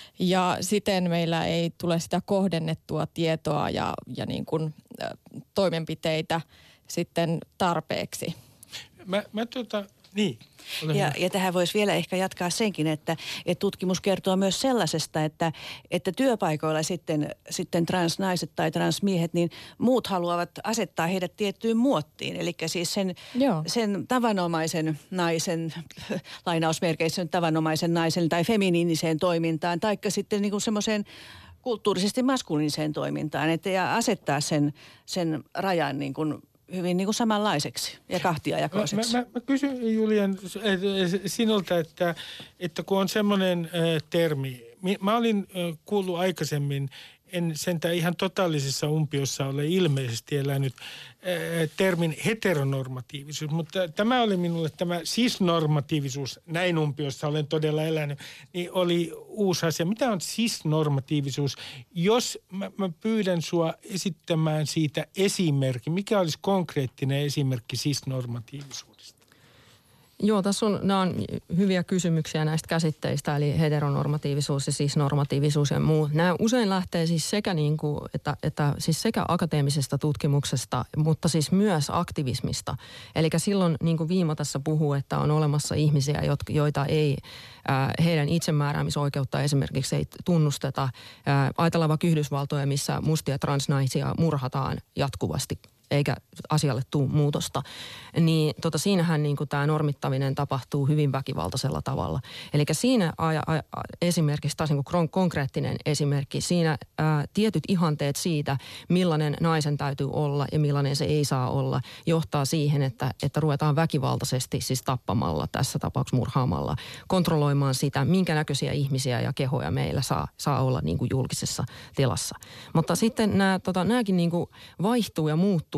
Ja siten meillä ei tule sitä kohdennettua tietoa ja, ja niin kuin, ä, toimenpiteitä sitten tarpeeksi. Mä, mä tota, niin. Ja, ja tähän voisi vielä ehkä jatkaa senkin, että, että tutkimus kertoo myös sellaisesta, että, että työpaikoilla sitten, sitten transnaiset tai transmiehet, niin muut haluavat asettaa heidät tiettyyn muottiin. Eli siis sen, sen tavanomaisen naisen, lainausmerkeissä tavanomaisen naisen tai feminiiniseen toimintaan, taikka sitten niin kuin semmoiseen kulttuurisesti maskuliiniseen toimintaan, että ja asettaa sen, sen rajan niin kuin hyvin niin kuin samanlaiseksi ja kahtiajakoiseksi. Mä, mä, mä kysyn Julian sinulta, että, että kun on semmoinen äh, termi, mä olin äh, kuullut aikaisemmin, en sentään ihan totaalisessa umpiossa ole ilmeisesti elänyt äh, termin heteronormatiivisuus, mutta tämä oli minulle tämä cisnormatiivisuus, näin umpiossa olen todella elänyt, niin oli uusi asia. Mitä on cisnormatiivisuus? Jos mä, mä pyydän sua esittämään siitä esimerkki, mikä olisi konkreettinen esimerkki cisnormatiivisuudesta? Joo, tässä on, nämä on hyviä kysymyksiä näistä käsitteistä, eli heteronormatiivisuus ja cisnormatiivisuus ja muu. Nämä usein lähtee siis sekä, niin kuin, että, että siis sekä akateemisesta tutkimuksesta, mutta siis myös aktivismista. Eli silloin, niin kuin Viima tässä puhuu, että on olemassa ihmisiä, joita ei, äh, heidän itsemääräämisoikeutta esimerkiksi ei tunnusteta. Äh, ajatellaan vaikka Yhdysvaltoja, missä mustia transnaisia murhataan jatkuvasti, eikä asialle tule muutosta, niin tota, siinähän niin kuin tämä normittaminen tapahtuu hyvin väkivaltaisella tavalla. Eli siinä a, a, a, esimerkiksi, taas niin kuin konkreettinen esimerkki, siinä ää, tietyt ihanteet siitä, millainen naisen täytyy olla ja millainen se ei saa olla, johtaa siihen, että, että ruvetaan väkivaltaisesti, siis tappamalla, tässä tapauksessa murhaamalla, kontrolloimaan sitä, minkä näköisiä ihmisiä ja kehoja meillä saa, saa olla niin kuin julkisessa tilassa. Mutta sitten nämä, tota, nämäkin niin kuin vaihtuu ja muuttuu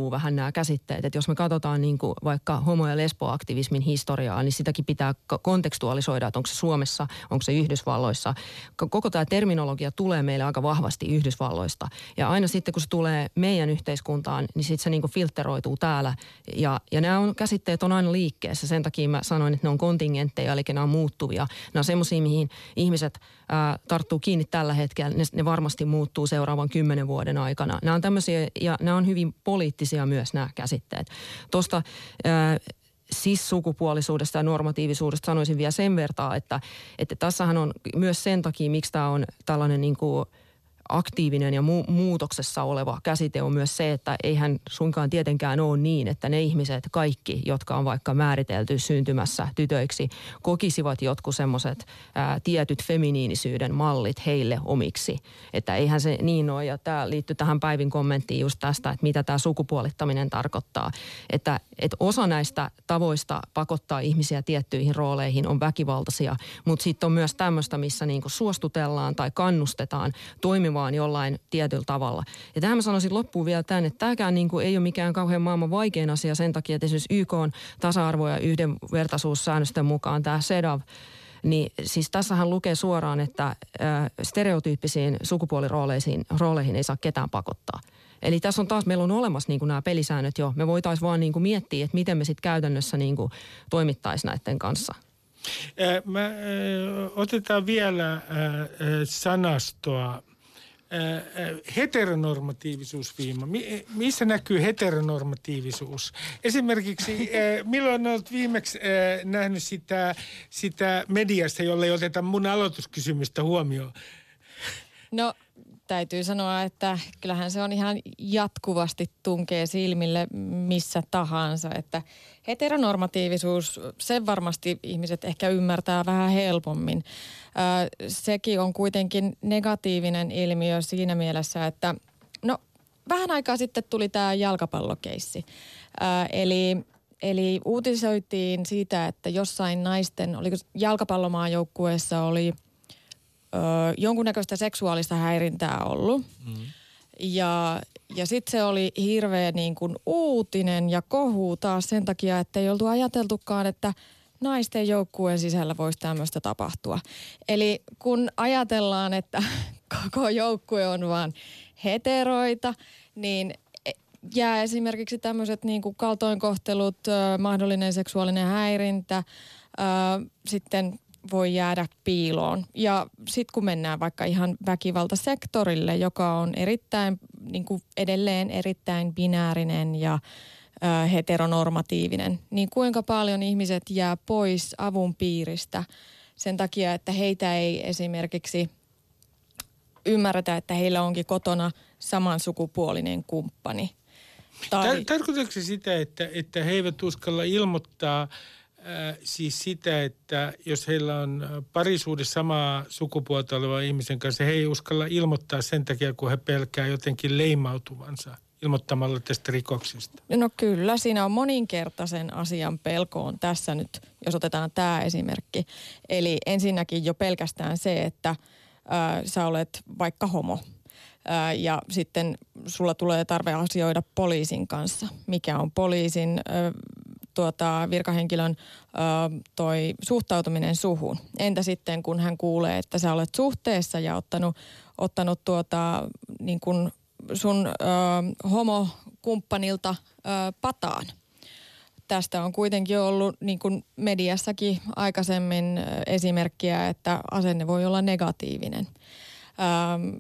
kuuluu vähän nämä käsitteet. Että jos me katsotaan niin kuin vaikka homo- ja lesboaktivismin historiaa, niin sitäkin pitää kontekstualisoida, että onko se Suomessa, onko se Yhdysvalloissa. Koko tämä terminologia tulee meille aika vahvasti Yhdysvalloista. Ja aina sitten, kun se tulee meidän yhteiskuntaan, niin sitten se niin kuin filteroituu täällä. Ja, ja nämä on, käsitteet on aina liikkeessä. Sen takia mä sanoin, että ne on kontingentteja, eli nämä on muuttuvia. Nämä on semmoisia, mihin ihmiset ää, tarttuu kiinni tällä hetkellä. Ne, ne varmasti muuttuu seuraavan kymmenen vuoden aikana. Nämä on tämmöisiä, ja nämä on hyvin poliittisia myös nämä käsitteet. Tuosta cis-sukupuolisuudesta ja normatiivisuudesta sanoisin vielä sen vertaa, että, että tässähän on myös sen takia, miksi tämä on tällainen niin kuin aktiivinen ja mu- muutoksessa oleva käsite on myös se, että eihän suinkaan tietenkään ole niin, että ne ihmiset kaikki, jotka on vaikka määritelty syntymässä tytöiksi, kokisivat jotkut semmoiset tietyt feminiinisyyden mallit heille omiksi. Että eihän se niin ole, ja tämä liittyy tähän Päivin kommenttiin just tästä, että mitä tämä sukupuolittaminen tarkoittaa. Että, että osa näistä tavoista pakottaa ihmisiä tiettyihin rooleihin on väkivaltaisia, mutta sitten on myös tämmöistä, missä niinku suostutellaan tai kannustetaan toimimaan vaan jollain tietyllä tavalla. Ja tähän mä sanoisin loppuun vielä tämän, että tämäkään niin kuin ei ole mikään kauhean maailman vaikein asia sen takia, että esimerkiksi Y K:n tasa-arvo- ja yhdenvertaisuussäännösten mukaan tämä C E D A W, niin siis tässähän lukee suoraan, että äh, stereotyyppisiin sukupuolirooleihin rooleihin ei saa ketään pakottaa. Eli tässä on taas, meillä on olemassa niin kuin nämä pelisäännöt jo. Me voitaisiin vaan niin kuin miettiä, että miten me sitten käytännössä niin kuin toimittaisiin näiden kanssa. Mä, otetaan vielä sanastoa. Heteronormatiivisuusviima. Missä näkyy heteronormatiivisuus? Esimerkiksi milloin olet viimeksi nähnyt sitä, sitä mediasta, jolle ei oteta mun aloituskysymystä huomioon? No täytyy sanoa, että kyllähän se on ihan jatkuvasti tunkee silmille missä tahansa, että heteronormatiivisuus, sen varmasti ihmiset ehkä ymmärtää vähän helpommin. Ää, sekin on kuitenkin negatiivinen ilmiö siinä mielessä, että no vähän aikaa sitten tuli tämä jalkapallokeissi. Ää, eli, eli uutisoitiin siitä, että jossain naisten, oliko jalkapallomaajoukkueessa oli ö, jonkunnäköistä seksuaalista häirintää ollut. Mm. Ja, ja sitten se oli hirveä niin kuin uutinen ja kohu taas sen takia, että ei oltu ajateltukaan, että naisten joukkueen sisällä voisi tämmöistä tapahtua. Eli kun ajatellaan, että koko joukkue on vaan heteroita, niin jää esimerkiksi tämmöiset niin kuin kaltoinkohtelut, mahdollinen seksuaalinen häirintä, sitten voi jäädä piiloon. Ja sitten kun mennään vaikka ihan väkivaltasektorille, joka on erittäin, niin kuin edelleen erittäin binäärinen ja ö, heteronormatiivinen, niin kuinka paljon ihmiset jää pois avun piiristä sen takia, että heitä ei esimerkiksi ymmärretä, että heillä onkin kotona samansukupuolinen kumppani. Tai... Tarkoitatko se sitä, että, että he eivät uskalla ilmoittaa siis sitä, että jos heillä on parisuudessa samaa sukupuolta oleva ihmisen kanssa, he ei uskalla ilmoittaa sen takia, kun he pelkää jotenkin leimautuvansa ilmoittamalla tästä rikoksesta? No kyllä, siinä on moninkertaisen asian pelkoon tässä nyt, jos otetaan tämä esimerkki. Eli ensinnäkin jo pelkästään se, että äh, sä olet vaikka homo. Äh, ja sitten sulla tulee tarve asioida poliisin kanssa. Mikä on poliisin... Äh, tuota, virkahenkilön ö, toi suhtautuminen suhun. Entä sitten, kun hän kuulee, että sä olet suhteessa ja ottanut, ottanut tuota, niin kuin sun ö, homokumppanilta ö, pataan. Tästä on kuitenkin ollut niin kuin mediassakin aikaisemmin esimerkkiä, että asenne voi olla negatiivinen. Ö,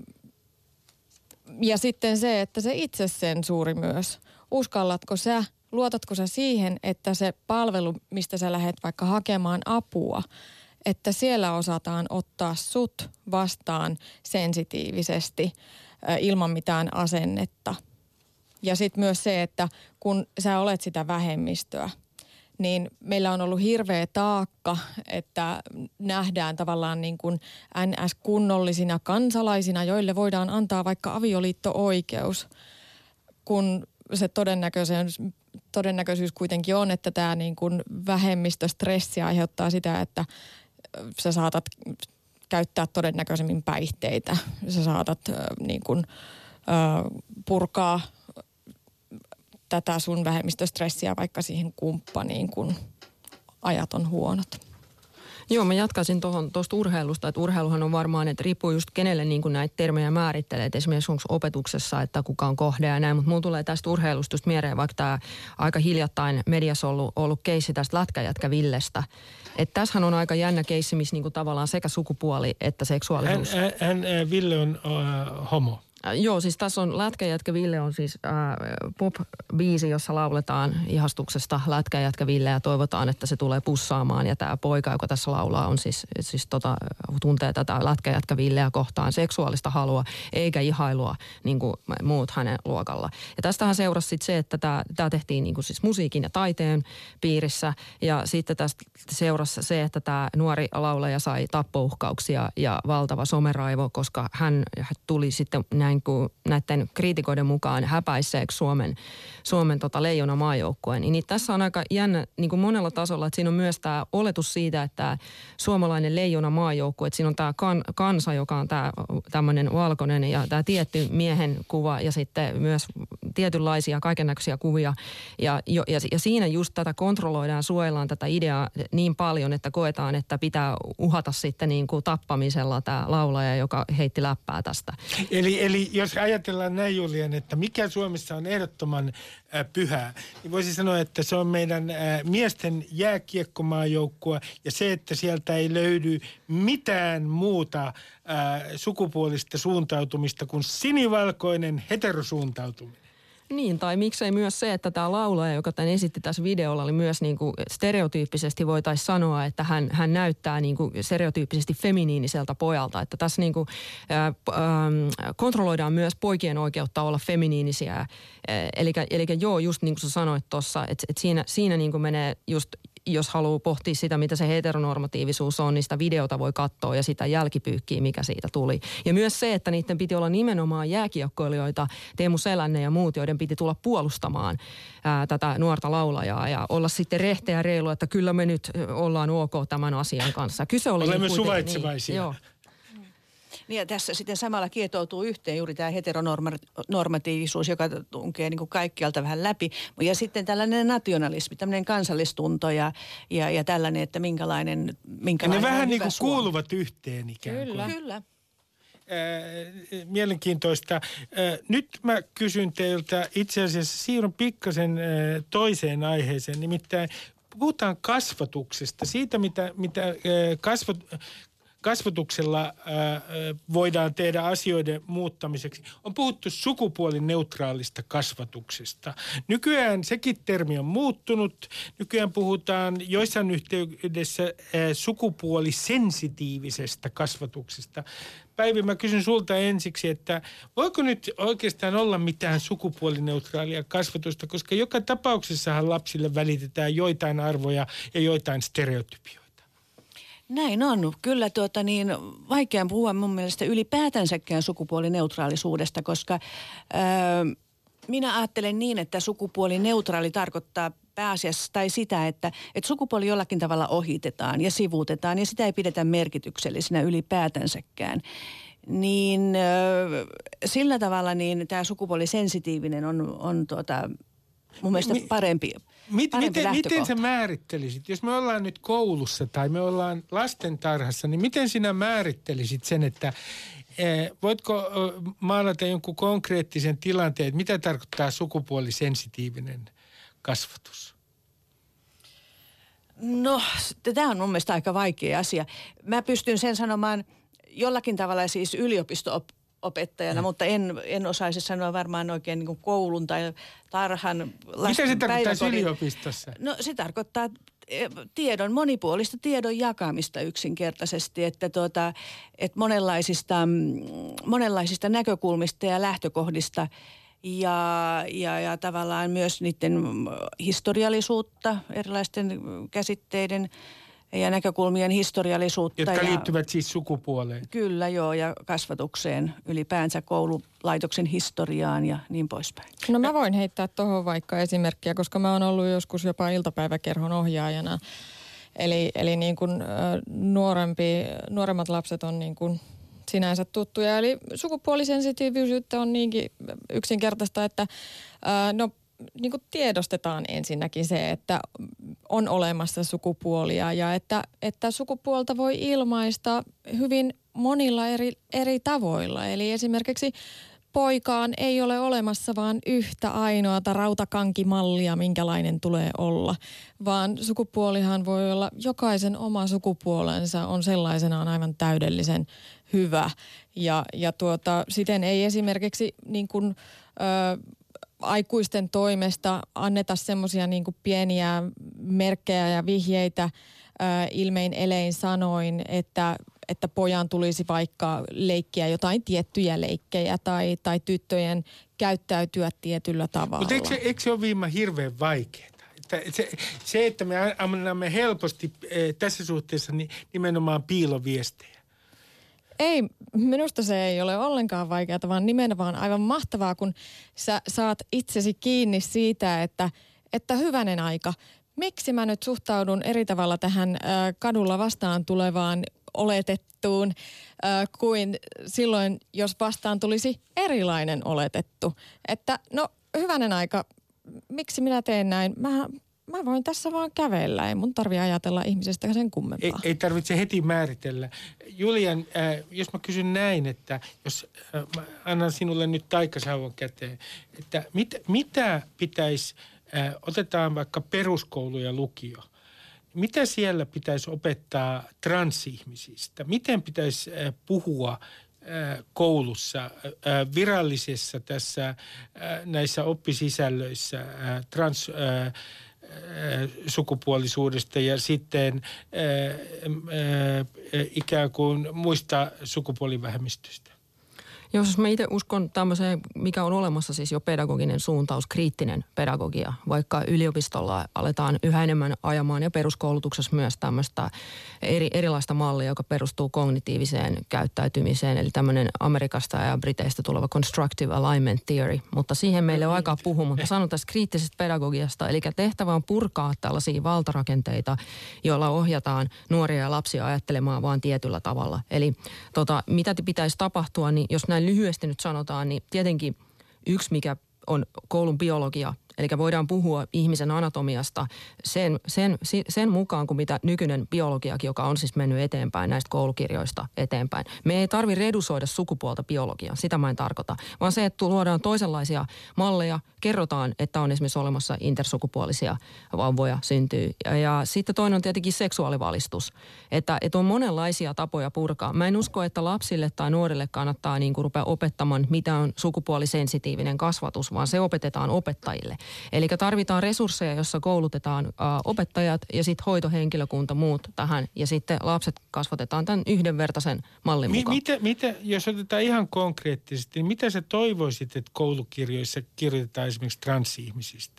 ja sitten se, että se itsesensuuri myös. Uskallatko sä Luotatko sä siihen, että se palvelu, mistä sä lähdet vaikka hakemaan apua, että siellä osataan ottaa sut vastaan sensitiivisesti äh, ilman mitään asennetta. Ja sitten myös se, että kun sä olet sitä vähemmistöä, niin meillä on ollut hirveä taakka, että nähdään tavallaan niin kuin N S-kunnollisina kansalaisina, joille voidaan antaa vaikka avioliitto-oikeus, kun se todennäköisyys, todennäköisyys kuitenkin on, että tämä niin kuin vähemmistöstressi aiheuttaa sitä, että sä saatat käyttää todennäköisemmin päihteitä. Sä saatat niin kuin, purkaa tätä sun vähemmistöstressiä vaikka siihen kumppaniin, kun ajat on huonot. Joo, mä jatkaisin tuosta urheilusta, että urheiluhan on varmaan, että riippuu just kenelle niin kuin näitä termejä määrittelee, että esimerkiksi onko opetuksessa, että kuka on kohde ja näin, mutta mulla tulee tästä urheilusta just mieleen vaikka tämä aika hiljattain mediassa ollut, ollut keissi tästä lätkäjätkä Villestä. Että tässähän on aika jännä keissi, missä niinku tavallaan sekä sukupuoli että seksuaalisuus. Hän, hän, hän Ville on uh, homo. Joo, siis tässä on Lätkäjätkä Ville on siis äh, pop-biisi, jossa lauletaan ihastuksesta Lätkäjätkä Ville ja toivotaan, että se tulee pussaamaan. Ja tämä poika, joka tässä laulaa, on siis, siis tota, tuntee tätä Lätkäjätkä Villeä kohtaan seksuaalista halua eikä ihailua niin kuin muut hänen luokalla. Ja tästähän seurasi sitten se, että tämä tehtiin niin kuin siis musiikin ja taiteen piirissä ja sitten tästä seurasi se, että tämä nuori laulaja sai tappouhkauksia ja valtava someraivo, koska hän tuli sitten näin kuin näiden kriitikoiden mukaan häpäiseeksi Suomen, Suomen tota leijona maajoukkueen. Niin tässä on aika jännä niin kuin monella tasolla, että siinä on myös tämä oletus siitä, että tämä suomalainen leijona maajoukkue, että siinä on tämä kan, kansa, joka on tämä tämmöinen valkoinen ja tämä tietty miehen kuva ja sitten myös tietynlaisia kaikennäköisiä kuvia. Ja, ja, ja siinä just tätä kontrolloidaan, suojellaan tätä ideaa niin paljon, että koetaan, että pitää uhata sitten niin kuin tappamisella tämä laulaja, joka heitti läppää tästä. Eli, eli jos ajatellaan näin, Julian, että mikä Suomessa on ehdottoman äh, pyhää, niin voisi sanoa, että se on meidän äh, miesten jääkiekkomaajoukkue ja se, että sieltä ei löydy mitään muuta äh, sukupuolista suuntautumista kuin sinivalkoinen heterosuuntautuminen. Niin, tai miksei myös se, että tämä laulaja, joka tämän esitti tässä videolla, oli myös niin kuin stereotyyppisesti voitaisiin sanoa, että hän, hän näyttää niin kuin stereotyyppisesti feminiiniseltä pojalta. Että tässä niin kuin, ää, ää, kontrolloidaan myös poikien oikeutta olla feminiinisiä. Eli, eli joo, just niin kuin sä sanoit tuossa, että, että siinä, siinä niin kuin menee just, jos haluaa pohtia sitä, mitä se heteronormatiivisuus on, niin sitä videota voi katsoa ja sitä jälkipyykkiä, mikä siitä tuli. Ja myös se, että niiden piti olla nimenomaan jääkiekkoilijoita, Teemu Selänne ja muut, joiden piti tulla puolustamaan ää, tätä nuorta laulajaa ja olla sitten rehteä ja reilu, että kyllä me nyt ollaan ok tämän asian kanssa. Kyse oli olemme niin suvaitsevaisia. Niin, joo. Niin ja tässä sitten samalla kietoutuu yhteen juuri tämä heteronormatiivisuus, joka tunkee niin kuin kaikkialta vähän läpi. Ja sitten tällainen nationalismi, tämmöinen kansallistunto ja, ja, ja tällainen, että minkälainen, minkälainen ne vähän niin kuin Suomi. Kuuluvat yhteen ikään kuin. Kyllä. Kyllä. Äh, mielenkiintoista. Äh, nyt mä kysyn teiltä, itse asiassa siirryn pikkasen äh, toiseen aiheeseen, nimittäin puhutaan kasvatuksesta, siitä mitä, mitä äh, kasvat, kasvatuksella äh, voidaan tehdä asioiden muuttamiseksi. On puhuttu sukupuolineutraalista kasvatuksesta. Nykyään sekin termi on muuttunut. Nykyään puhutaan joissain yhteydessä äh, sukupuolisensitiivisestä kasvatuksesta. Päivi, mä kysyn sulta ensiksi, että voiko nyt oikeastaan olla mitään sukupuolineutraalia kasvatusta, koska joka tapauksessahan lapsille välitetään joitain arvoja ja joitain stereotypioita. Näin on. Kyllä tuota niin, vaikea puhua mun mielestä ylipäätänsäkään sukupuolineutraalisuudesta, koska öö, minä ajattelen niin, että sukupuolineutraali tarkoittaa pääasiassa tai sitä, että, että sukupuoli jollakin tavalla ohitetaan ja sivuutetaan ja sitä ei pidetä merkityksellisenä ylipäätänsäkään. Niin öö, sillä tavalla niin tämä sukupuolisensitiivinen on, on tuota, mun mielestä parempi. Mit, miten, miten sä määrittelisit, jos me ollaan nyt koulussa tai me ollaan lastentarhassa, niin miten sinä määrittelisit sen, että eh, voitko eh, maalata jonkun konkreettisen tilanteen, että mitä tarkoittaa sukupuolisensitiivinen kasvatus? No, tämä on mun mielestä aika vaikea asia. Mä pystyn sen sanomaan jollakin tavalla siis yliopisto-opettajana, opettajana, mutta en, en osaisi sanoa varmaan oikein niin kuin koulun tai tarhan. Mitä se tarkoittaa yliopistossa? No se tarkoittaa tiedon, monipuolista tiedon jakamista yksinkertaisesti, että, tuota, että monenlaisista, monenlaisista näkökulmista ja lähtökohdista ja, ja, ja tavallaan myös niiden historiallisuutta, erilaisten käsitteiden ja näkökulmien historiallisuutta. Jotka ja, liittyvät siis sukupuoleen. Kyllä joo, ja kasvatukseen ylipäänsä, koululaitoksen historiaan ja niin poispäin. No mä voin heittää tuohon vaikka esimerkkiä, koska mä oon ollut joskus jopa iltapäiväkerhon ohjaajana. Eli, eli niin kuin nuorempi, nuoremmat lapset on niin kuin sinänsä tuttuja. Eli sukupuolisensitiivisyyttä on niinkin yksinkertaista, että no niin kuin tiedostetaan ensinnäkin se, että on olemassa sukupuolia ja että, että sukupuolta voi ilmaista hyvin monilla eri, eri tavoilla. Eli esimerkiksi poikaan ei ole olemassa vaan yhtä ainoata rautakankimallia, minkälainen tulee olla, vaan sukupuolihan voi olla, jokaisen oma sukupuolensa on sellaisenaan aivan täydellisen hyvä. Ja, ja tuota, siten ei esimerkiksi niin kuin, ö, aikuisten toimesta anneta semmoisia niin kuin pieniä merkkejä ja vihjeitä ö, ilmein elein sanoin, että että pojan tulisi vaikka leikkiä jotain tiettyjä leikkejä tai, tai tyttöjen käyttäytyä tietyllä tavalla. Mutta eikö, eikö se ole viime hirveän vaikeaa? Että se, se, että me annamme helposti eh, tässä suhteessa niin nimenomaan piiloviestejä. Ei, minusta se ei ole ollenkaan vaikeaa, vaan nimenomaan aivan mahtavaa, kun sä saat itsesi kiinni siitä, että, että hyvänen aika, miksi mä nyt suhtaudun eri tavalla tähän äh, kadulla vastaan tulevaan oletettuun äh, kuin silloin, jos vastaan tulisi erilainen oletettu. Että no hyvänen aika, miksi minä teen näin? Mä, mä voin tässä vaan kävellä, ei mun tarvitse ajatella ihmisestä sen kummempaa. Ei, ei tarvitse heti määritellä. Julian, äh, jos mä kysyn näin, että jos äh, mä annan sinulle nyt taikasauvan käteen, että mit, mitä pitäisi, äh, otetaan vaikka peruskoulu ja lukio. Mitä siellä pitäisi opettaa transihmisistä? Miten pitäisi puhua koulussa, virallisessa tässä näissä oppisisällöissä transsukupuolisuudesta ja sitten ikään kuin muista sukupuolivähemmistöistä? Jos mä itse uskon tämmöiseen, mikä on olemassa siis jo pedagoginen suuntaus, kriittinen pedagogia, vaikka yliopistolla aletaan yhä enemmän ajamaan ja peruskoulutuksessa myös tämmöistä eri, erilaista mallia, joka perustuu kognitiiviseen käyttäytymiseen, eli tämmöinen Amerikasta ja Briteistä tuleva constructive alignment theory, mutta siihen meille on aikaa puhua, mutta sanon tästä kriittisestä pedagogiasta, eli tehtävä on purkaa tällaisia valtarakenteita, joilla ohjataan nuoria ja lapsia ajattelemaan vaan tietyllä tavalla. Eli tota, mitä pitäisi tapahtua, niin jos näin lyhyesti nyt sanotaan, niin tietenkin yksi, mikä on koulun biologia, eli voidaan puhua ihmisen anatomiasta sen, sen, sen mukaan kuin mitä nykyinen biologiakin, joka on siis mennyt eteenpäin näistä koulukirjoista eteenpäin. Me ei tarvitse redusoida sukupuolta biologiaan, sitä mä en tarkoita, vaan se, että luodaan toisenlaisia malleja, kerrotaan, että on esimerkiksi olemassa intersukupuolisia vauvoja syntyy. Ja, ja sitten toinen on tietenkin seksuaalivalistus, että, että on monenlaisia tapoja purkaa. Mä en usko, että lapsille tai nuorille kannattaa niin kuin rupea opettamaan, mitä on sukupuolisensitiivinen kasvatus, vaan se opetetaan opettajille. Eli tarvitaan resursseja, jossa koulutetaan ä, opettajat ja sitten hoitohenkilökunta muut tähän ja sitten lapset kasvatetaan tämän yhdenvertaisen mallin Mi- mukaan. Mitä, mitä, jos otetaan ihan konkreettisesti, niin mitä sä toivoisit, että koulukirjoissa kirjoitetaan esimerkiksi transihmisistä?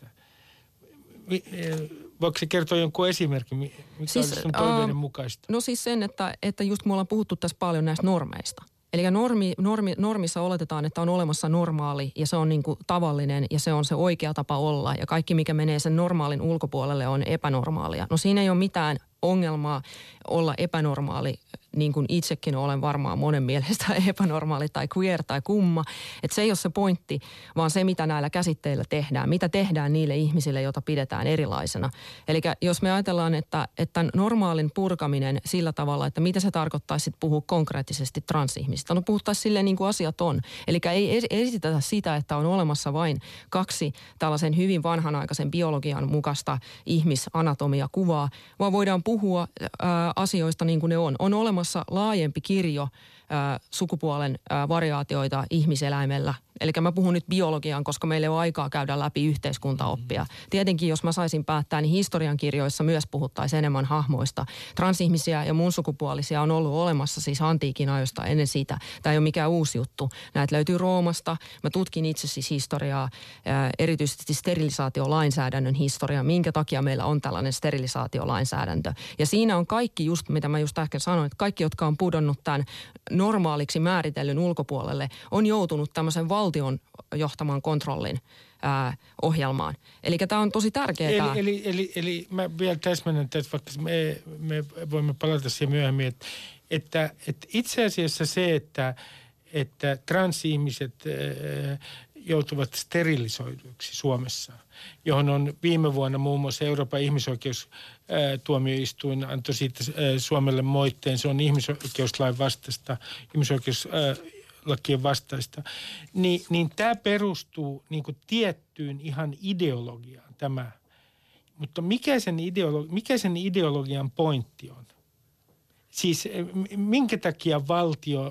Voiko se kertoa jonkun esimerkin, mikä siis, olisi sun toiveiden uh, mukaista? No siis sen, että, että just me ollaan puhuttu tässä paljon näistä normeista. Eli normi, normi, normissa oletetaan, että on olemassa normaali ja se on niin kuin tavallinen ja se on se oikea tapa olla. Ja kaikki, mikä menee sen normaalin ulkopuolelle, on epänormaalia. No siinä ei ole mitään ongelmaa olla epänormaali, niin kuin itsekin olen varmaan monen mielestä epänormaali tai queer tai kumma. Että se ei ole se pointti, vaan se, mitä näillä käsitteillä tehdään. Mitä tehdään niille ihmisille, joita pidetään erilaisena. Eli jos me ajatellaan, että, että normaalin purkaminen sillä tavalla, että mitä se tarkoittaisi sit puhua konkreettisesti transihmisistä. No puhuttaisiin silleen niin kuin asiat on. Eli ei esitetä sitä, että on olemassa vain kaksi tällaisen hyvin vanhanaikaisen biologian mukaista ihmisanatomia kuvaa, vaan voidaan puhua ää, asioista niin kuin ne on. On olemassa laajempi kirjo ää, sukupuolen ää, variaatioita ihmiseläimellä. Eli mä puhun nyt biologian, koska meillä ei ole aikaa käydä läpi yhteiskuntaoppia. Tietenkin, jos mä saisin päättää, niin historiankirjoissa myös puhuttaisiin enemmän hahmoista. Transihmisiä ja muun sukupuolisia on ollut olemassa siis antiikin ajoista ennen sitä. Tämä ei ole mikään uusi juttu. Näitä löytyy Roomasta. Mä tutkin itse siis historiaa, erityisesti sterilisaatiolainsäädännön historiaa. Minkä takia meillä on tällainen sterilisaatiolainsäädäntö. Ja siinä on kaikki just, mitä mä just äsken sanoin, että kaikki, jotka on pudonnut tämän normaaliksi määritellyn ulkopuolelle, on joutunut tämmöisen valtion johtaman kontrollin ää, ohjelmaan. Eli tämä on tosi tärkeää. Eli, eli, eli, eli mä vielä täsmennän tässä, vaikka me, me voimme palata siihen myöhemmin, että, että, että itse asiassa se, että, että transihmiset, joutuvat sterilisoiduiksi Suomessa, johon on viime vuonna muun muassa Euroopan ihmisoikeustuomioistuin antoi siitä Suomelle moitteen. Se on ihmisoikeuslain vastaista, ihmisoikeuslakien vastaista. Ni, niin tämä perustuu niin kuin tiettyyn ihan ideologiaan tämä. Mutta mikä sen, ideologi- mikä sen ideologian pointti on? Siis minkä takia valtio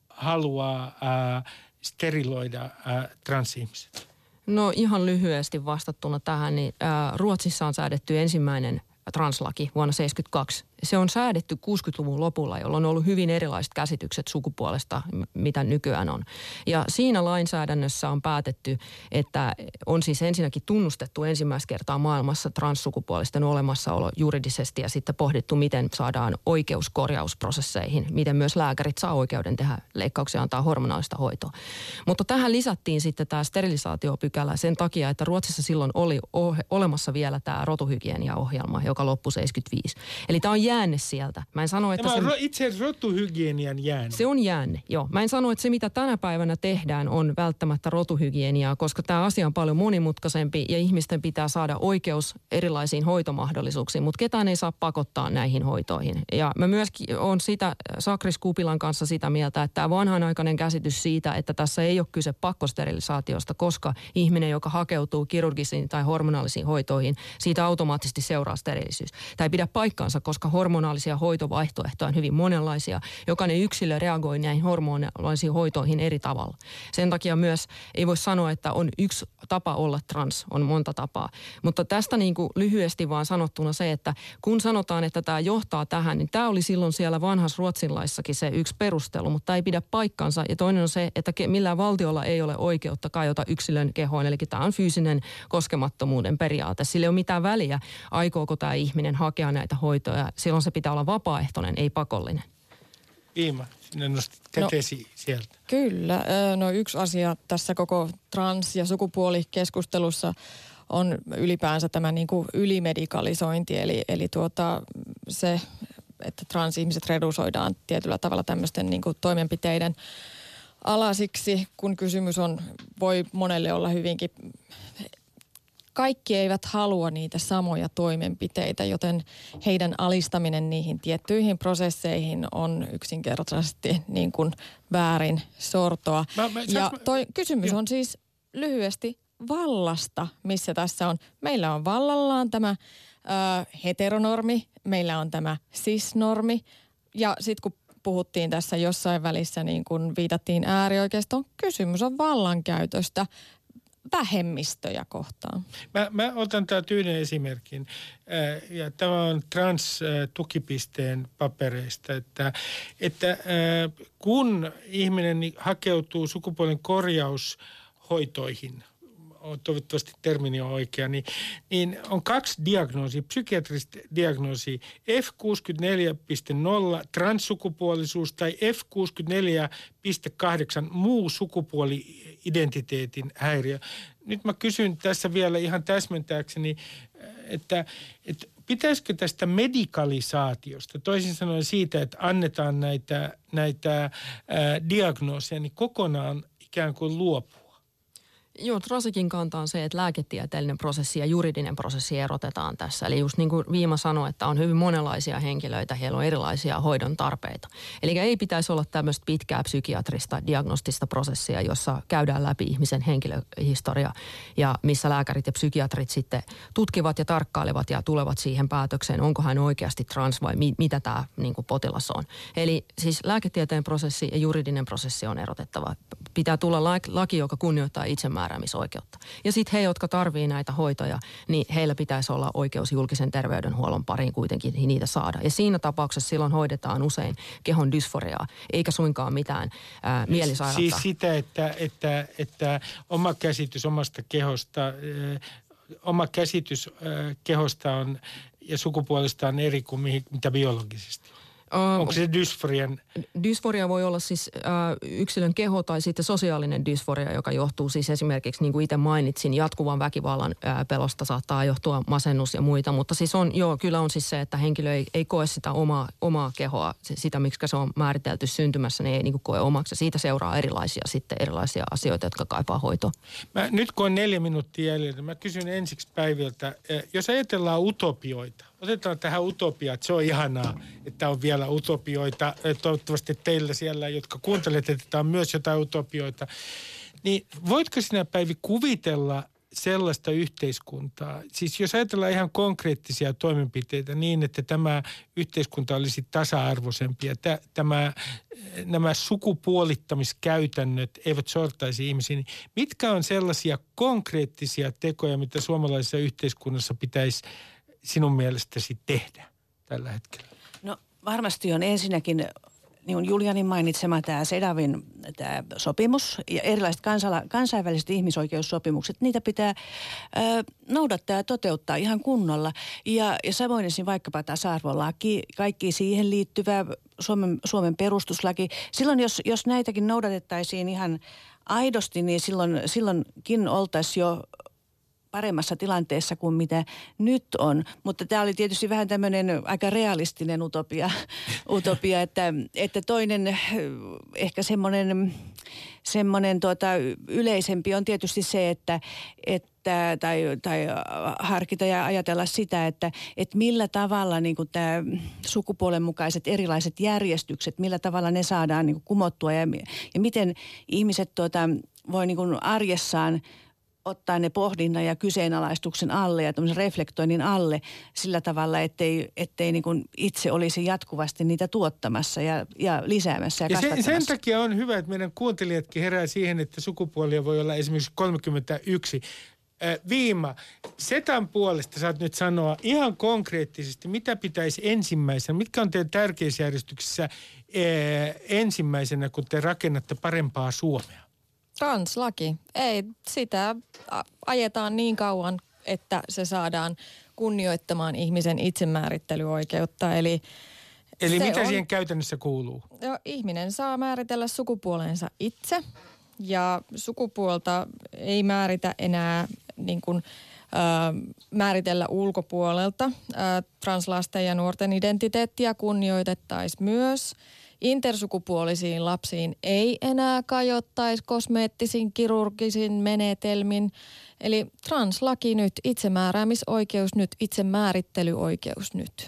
haluaa ää, steriloida ää, transihmiset? No ihan lyhyesti vastattuna tähän, niin ää, Ruotsissa on säädetty ensimmäinen translaki vuonna seitsemänkymmentäkaksi. Se on säädetty kuusikymmentäluvun lopulla, jolloin on ollut hyvin erilaiset käsitykset sukupuolesta, mitä nykyään on. Ja siinä lainsäädännössä on päätetty, että on siis ensinnäkin tunnustettu ensimmäistä kertaa maailmassa transsukupuolisten olemassaolo juridisesti ja sitten pohdittu, miten saadaan oikeus korjausprosesseihin, miten myös lääkärit saa oikeuden tehdä leikkauksia ja antaa hormonaalista hoitoa. Mutta tähän lisättiin sitten tämä sterilisaatiopykälä sen takia, että Ruotsissa silloin oli olemassa vielä tämä rotuhygieniaohjelma, joka loppui seitsemänkymmentäviisi. Eli tämä on jäänne sieltä. Mä en sano, että Tämä on se, ro- itse rotuhygienian jäänne. Se on jäänne, joo. Mä en sano, että se mitä tänä päivänä tehdään on välttämättä rotuhygieniaa, koska tämä asia on paljon monimutkaisempi ja ihmisten pitää saada oikeus erilaisiin hoitomahdollisuuksiin, mutta ketään ei saa pakottaa näihin hoitoihin. Ja mä myöskin olen sitä Sakris Kuupilan kanssa sitä mieltä, että tämä vanhanaikainen käsitys siitä, että tässä ei ole kyse pakkosterilisaatiosta, koska ihminen, joka hakeutuu kirurgisiin tai hormonaalisiin hoitoihin, siitä automaattisesti seuraa sterilisyys. Tämä ei pidä paikkaansa, koska hormonaalisia hoitovaihtoehtoja on hyvin monenlaisia. Jokainen yksilö reagoi näihin hormonaalisiin hoitoihin eri tavalla. Sen takia myös ei voi sanoa, että on yksi tapa olla trans, on monta tapaa. Mutta tästä niin kuin lyhyesti vaan sanottuna se, että kun sanotaan, että tämä johtaa tähän, niin tämä oli silloin siellä vanhassa ruotsinlaissakin se yksi perustelu, mutta tämä ei pidä paikkansa. Ja toinen on se, että millään valtiolla ei ole oikeutta kajota yksilön kehoon, eli tämä on fyysinen koskemattomuuden periaate. Sillä ei ole mitään väliä, aikooko tämä ihminen hakea näitä hoitoja. Silloin se pitää olla vapaaehtoinen, ei pakollinen. Iima, sinä nostit kätesi no, sieltä. Kyllä. No yksi asia tässä koko trans- ja sukupuolikeskustelussa on ylipäänsä tämä niin kuin ylimedikalisointi, eli, eli tuota, se, että transihmiset redusoidaan tietyllä tavalla tämmöisten niin kuin toimenpiteiden alasiksi, kun kysymys on, voi monelle olla hyvinkin... Kaikki eivät halua niitä samoja toimenpiteitä, joten heidän alistaminen niihin tiettyihin prosesseihin on yksinkertaisesti niin kuin väärin sortoa. Mä, mä, ja toi kysymys jo. on siis lyhyesti vallasta, missä tässä on. Meillä on vallallaan tämä ö, heteronormi, meillä on tämä cis-normi ja sitten kun puhuttiin tässä jossain välissä, niin kun viitattiin äärioikeistoon, kysymys on vallankäytöstä vähemmistöjä kohtaan. Mä, mä otan täältä yhden esimerkin. Äh, ja tämä on trans-tukipisteen papereista, että, että äh, kun ihminen hakeutuu sukupuolen korjaushoitoihin, toivottavasti termini on oikea, niin, niin on kaksi diagnoosia, psykiatrista diagnoosia, F kuusikymmentäneljä piste nolla transsukupuolisuus tai F kuusikymmentäneljä piste kahdeksan muu sukupuoli-identiteetin häiriö. Nyt mä kysyn tässä vielä ihan täsmentääkseni, että, että pitäisikö tästä medikalisaatiosta, toisin sanoen siitä, että annetaan näitä, näitä ää, diagnooseja, niin kokonaan ikään kuin luopua? Joo, Trasikin kanta on se, että lääketieteellinen prosessi ja juridinen prosessi erotetaan tässä. Eli just niin kuin Viima sanoi, että on hyvin monenlaisia henkilöitä, heillä on erilaisia hoidon tarpeita. Eli ei pitäisi olla tämmöistä pitkää psykiatrista diagnostista prosessia, jossa käydään läpi ihmisen henkilöhistoria ja missä lääkärit ja psykiatrit sitten tutkivat ja tarkkailevat ja tulevat siihen päätökseen, onko hän oikeasti trans vai mi- mitä tämä niin kuin potilas on. Eli siis lääketieteen prosessi ja juridinen prosessi on erotettava. Pitää tulla laki, joka kunnioittaa itsemääräämisoikeutta. Ja sitten he, jotka tarvii näitä hoitoja, niin heillä pitäisi olla oikeus julkisen terveydenhuollon pariin kuitenkin niitä saada. Ja siinä tapauksessa silloin hoidetaan usein kehon dysforiaa, eikä suinkaan mitään ää, mielisairautta. Siis sitä, että, että, että oma käsitys omasta kehosta, äh, oma käsitys äh, kehosta on ja sukupuolesta on eri kuin mihin, mitä biologisesti. Uh, Onko se dysforian? Dysforia voi olla siis uh, yksilön keho tai sitten sosiaalinen dysforia, joka johtuu siis esimerkiksi, niin kuin itse mainitsin, jatkuvan väkivallan uh, pelosta saattaa johtua masennus ja muita. Mutta siis on, joo, kyllä on siis se, että henkilö ei, ei koe sitä omaa, omaa kehoa, sitä miksi se on määritelty syntymässä, niin ei niin kuin koe omaksi. Siitä seuraa erilaisia sitten erilaisia asioita, jotka kaipaa hoitoa. Mä, nyt kun on neljä minuuttia jäljellä, mä kysyn ensiksi Päiviltä, jos ajatellaan utopioita, otetaan tähän utopiaan, että se on ihanaa, että on vielä utopioita. Toivottavasti teillä siellä, jotka kuuntelette, että on myös jotain utopioita. Niin voitko sinä, Päivi, kuvitella sellaista yhteiskuntaa, siis jos ajatellaan ihan konkreettisia toimenpiteitä niin, että tämä yhteiskunta olisi tasa-arvoisempi ja tä, tämä, nämä sukupuolittamiskäytännöt eivät sortaisi ihmisiä, niin mitkä on sellaisia konkreettisia tekoja, mitä suomalaisessa yhteiskunnassa pitäisi sinun mielestäsi tehdä tällä hetkellä? No varmasti on ensinnäkin, niin kuin Julianin mainitsema tämä CEDAWin tämä sopimus ja erilaiset kansala, kansainväliset ihmisoikeussopimukset, niitä pitää ö, noudattaa ja toteuttaa ihan kunnolla. Ja, ja samoin esiin vaikkapa tasa-arvolaki, kaikki siihen liittyvä Suomen, Suomen perustuslaki. Silloin jos, jos näitäkin noudatettaisiin ihan aidosti, niin silloin, silloinkin oltaisiin jo paremmassa tilanteessa kuin mitä nyt on. Mutta tämä oli tietysti vähän tämmöinen aika realistinen utopia, utopia että, että toinen ehkä semmoinen, semmoinen tuota, yleisempi on tietysti se, että, että tai, tai harkita ja ajatella sitä, että, että millä tavalla niin kuin tämä sukupuolen mukaiset erilaiset järjestykset, millä tavalla ne saadaan niin kuin kumottua ja, ja miten ihmiset tuota, voi niin kuin arjessaan ottaa ne pohdinnan ja kyseenalaistuksen alle ja tämmöisen reflektoinnin alle sillä tavalla, ettei, ettei niin kuin itse olisi jatkuvasti niitä tuottamassa ja, ja lisäämässä ja, ja kasvattamassa. Sen, sen takia on hyvä, että meidän kuuntelijatkin herää siihen, että sukupuolia voi olla esimerkiksi kolmekymmentäyksi. Äh, Viima, Setan puolesta saat nyt sanoa ihan konkreettisesti, mitä pitäisi ensimmäisenä, mitkä on teidän tärkeysjärjestyksessä äh, ensimmäisenä, kun te rakennatte parempaa Suomea? Translaki. Ei, sitä ajetaan niin kauan, että se saadaan kunnioittamaan ihmisen itsemäärittelyoikeutta. Eli, Eli mitä on, siihen käytännössä kuuluu? Jo, ihminen saa määritellä sukupuolensa itse ja sukupuolta ei määritä enää niin kuin, äh, määritellä ulkopuolelta. Äh, translasten ja nuorten identiteettiä kunnioitettaisiin myös. Intersukupuolisiin lapsiin ei enää kajottaisi kosmeettisin kirurgisin menetelmin. Eli translaki nyt, itsemääräämisoikeus nyt, itsemäärittelyoikeus nyt.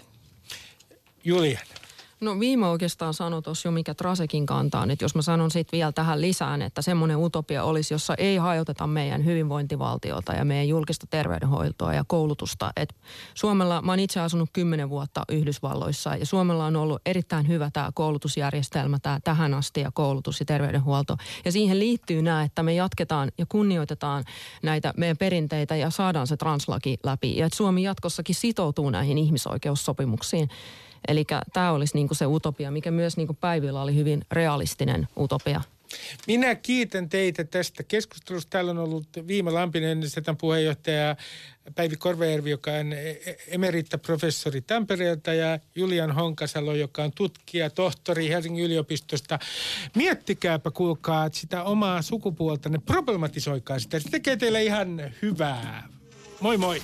Julian. No viime oikeastaan sanoi tuossa jo, mikä Trasekin kantaa. Että jos mä sanon sitten vielä tähän lisään, että semmoinen utopia olisi, jossa ei hajoteta meidän hyvinvointivaltiota ja meidän julkista terveydenhoitoa ja koulutusta. Et Suomella, mä oon itse asunut kymmenen vuotta Yhdysvalloissa ja Suomella on ollut erittäin hyvä tämä koulutusjärjestelmä tää tähän asti ja koulutus ja terveydenhuolto. Ja siihen liittyy nämä, että me jatketaan ja kunnioitetaan näitä meidän perinteitä ja saadaan se translaki läpi. Ja että Suomi jatkossakin sitoutuu näihin ihmisoikeussopimuksiin. Eli tämä olisi niinku se utopia, mikä myös niinku Päivillä oli hyvin realistinen utopia. Minä kiitän teitä tästä keskustelusta. Täällä on ollut Viima Lampinen, Setan puheenjohtaja, Päivi Korvajärvi, joka on emeritaprofessori Tampereelta ja Julian Honkasalo, joka on tutkija, tohtori Helsingin yliopistosta. Miettikääpä, kuulkaa, sitä omaa sukupuoltanne, problematisoikaa sitä. Se tekee teille ihan hyvää. Moi moi!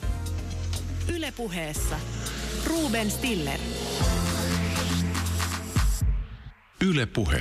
Yle Puheessa Ruben Stiller. Yle Puhe.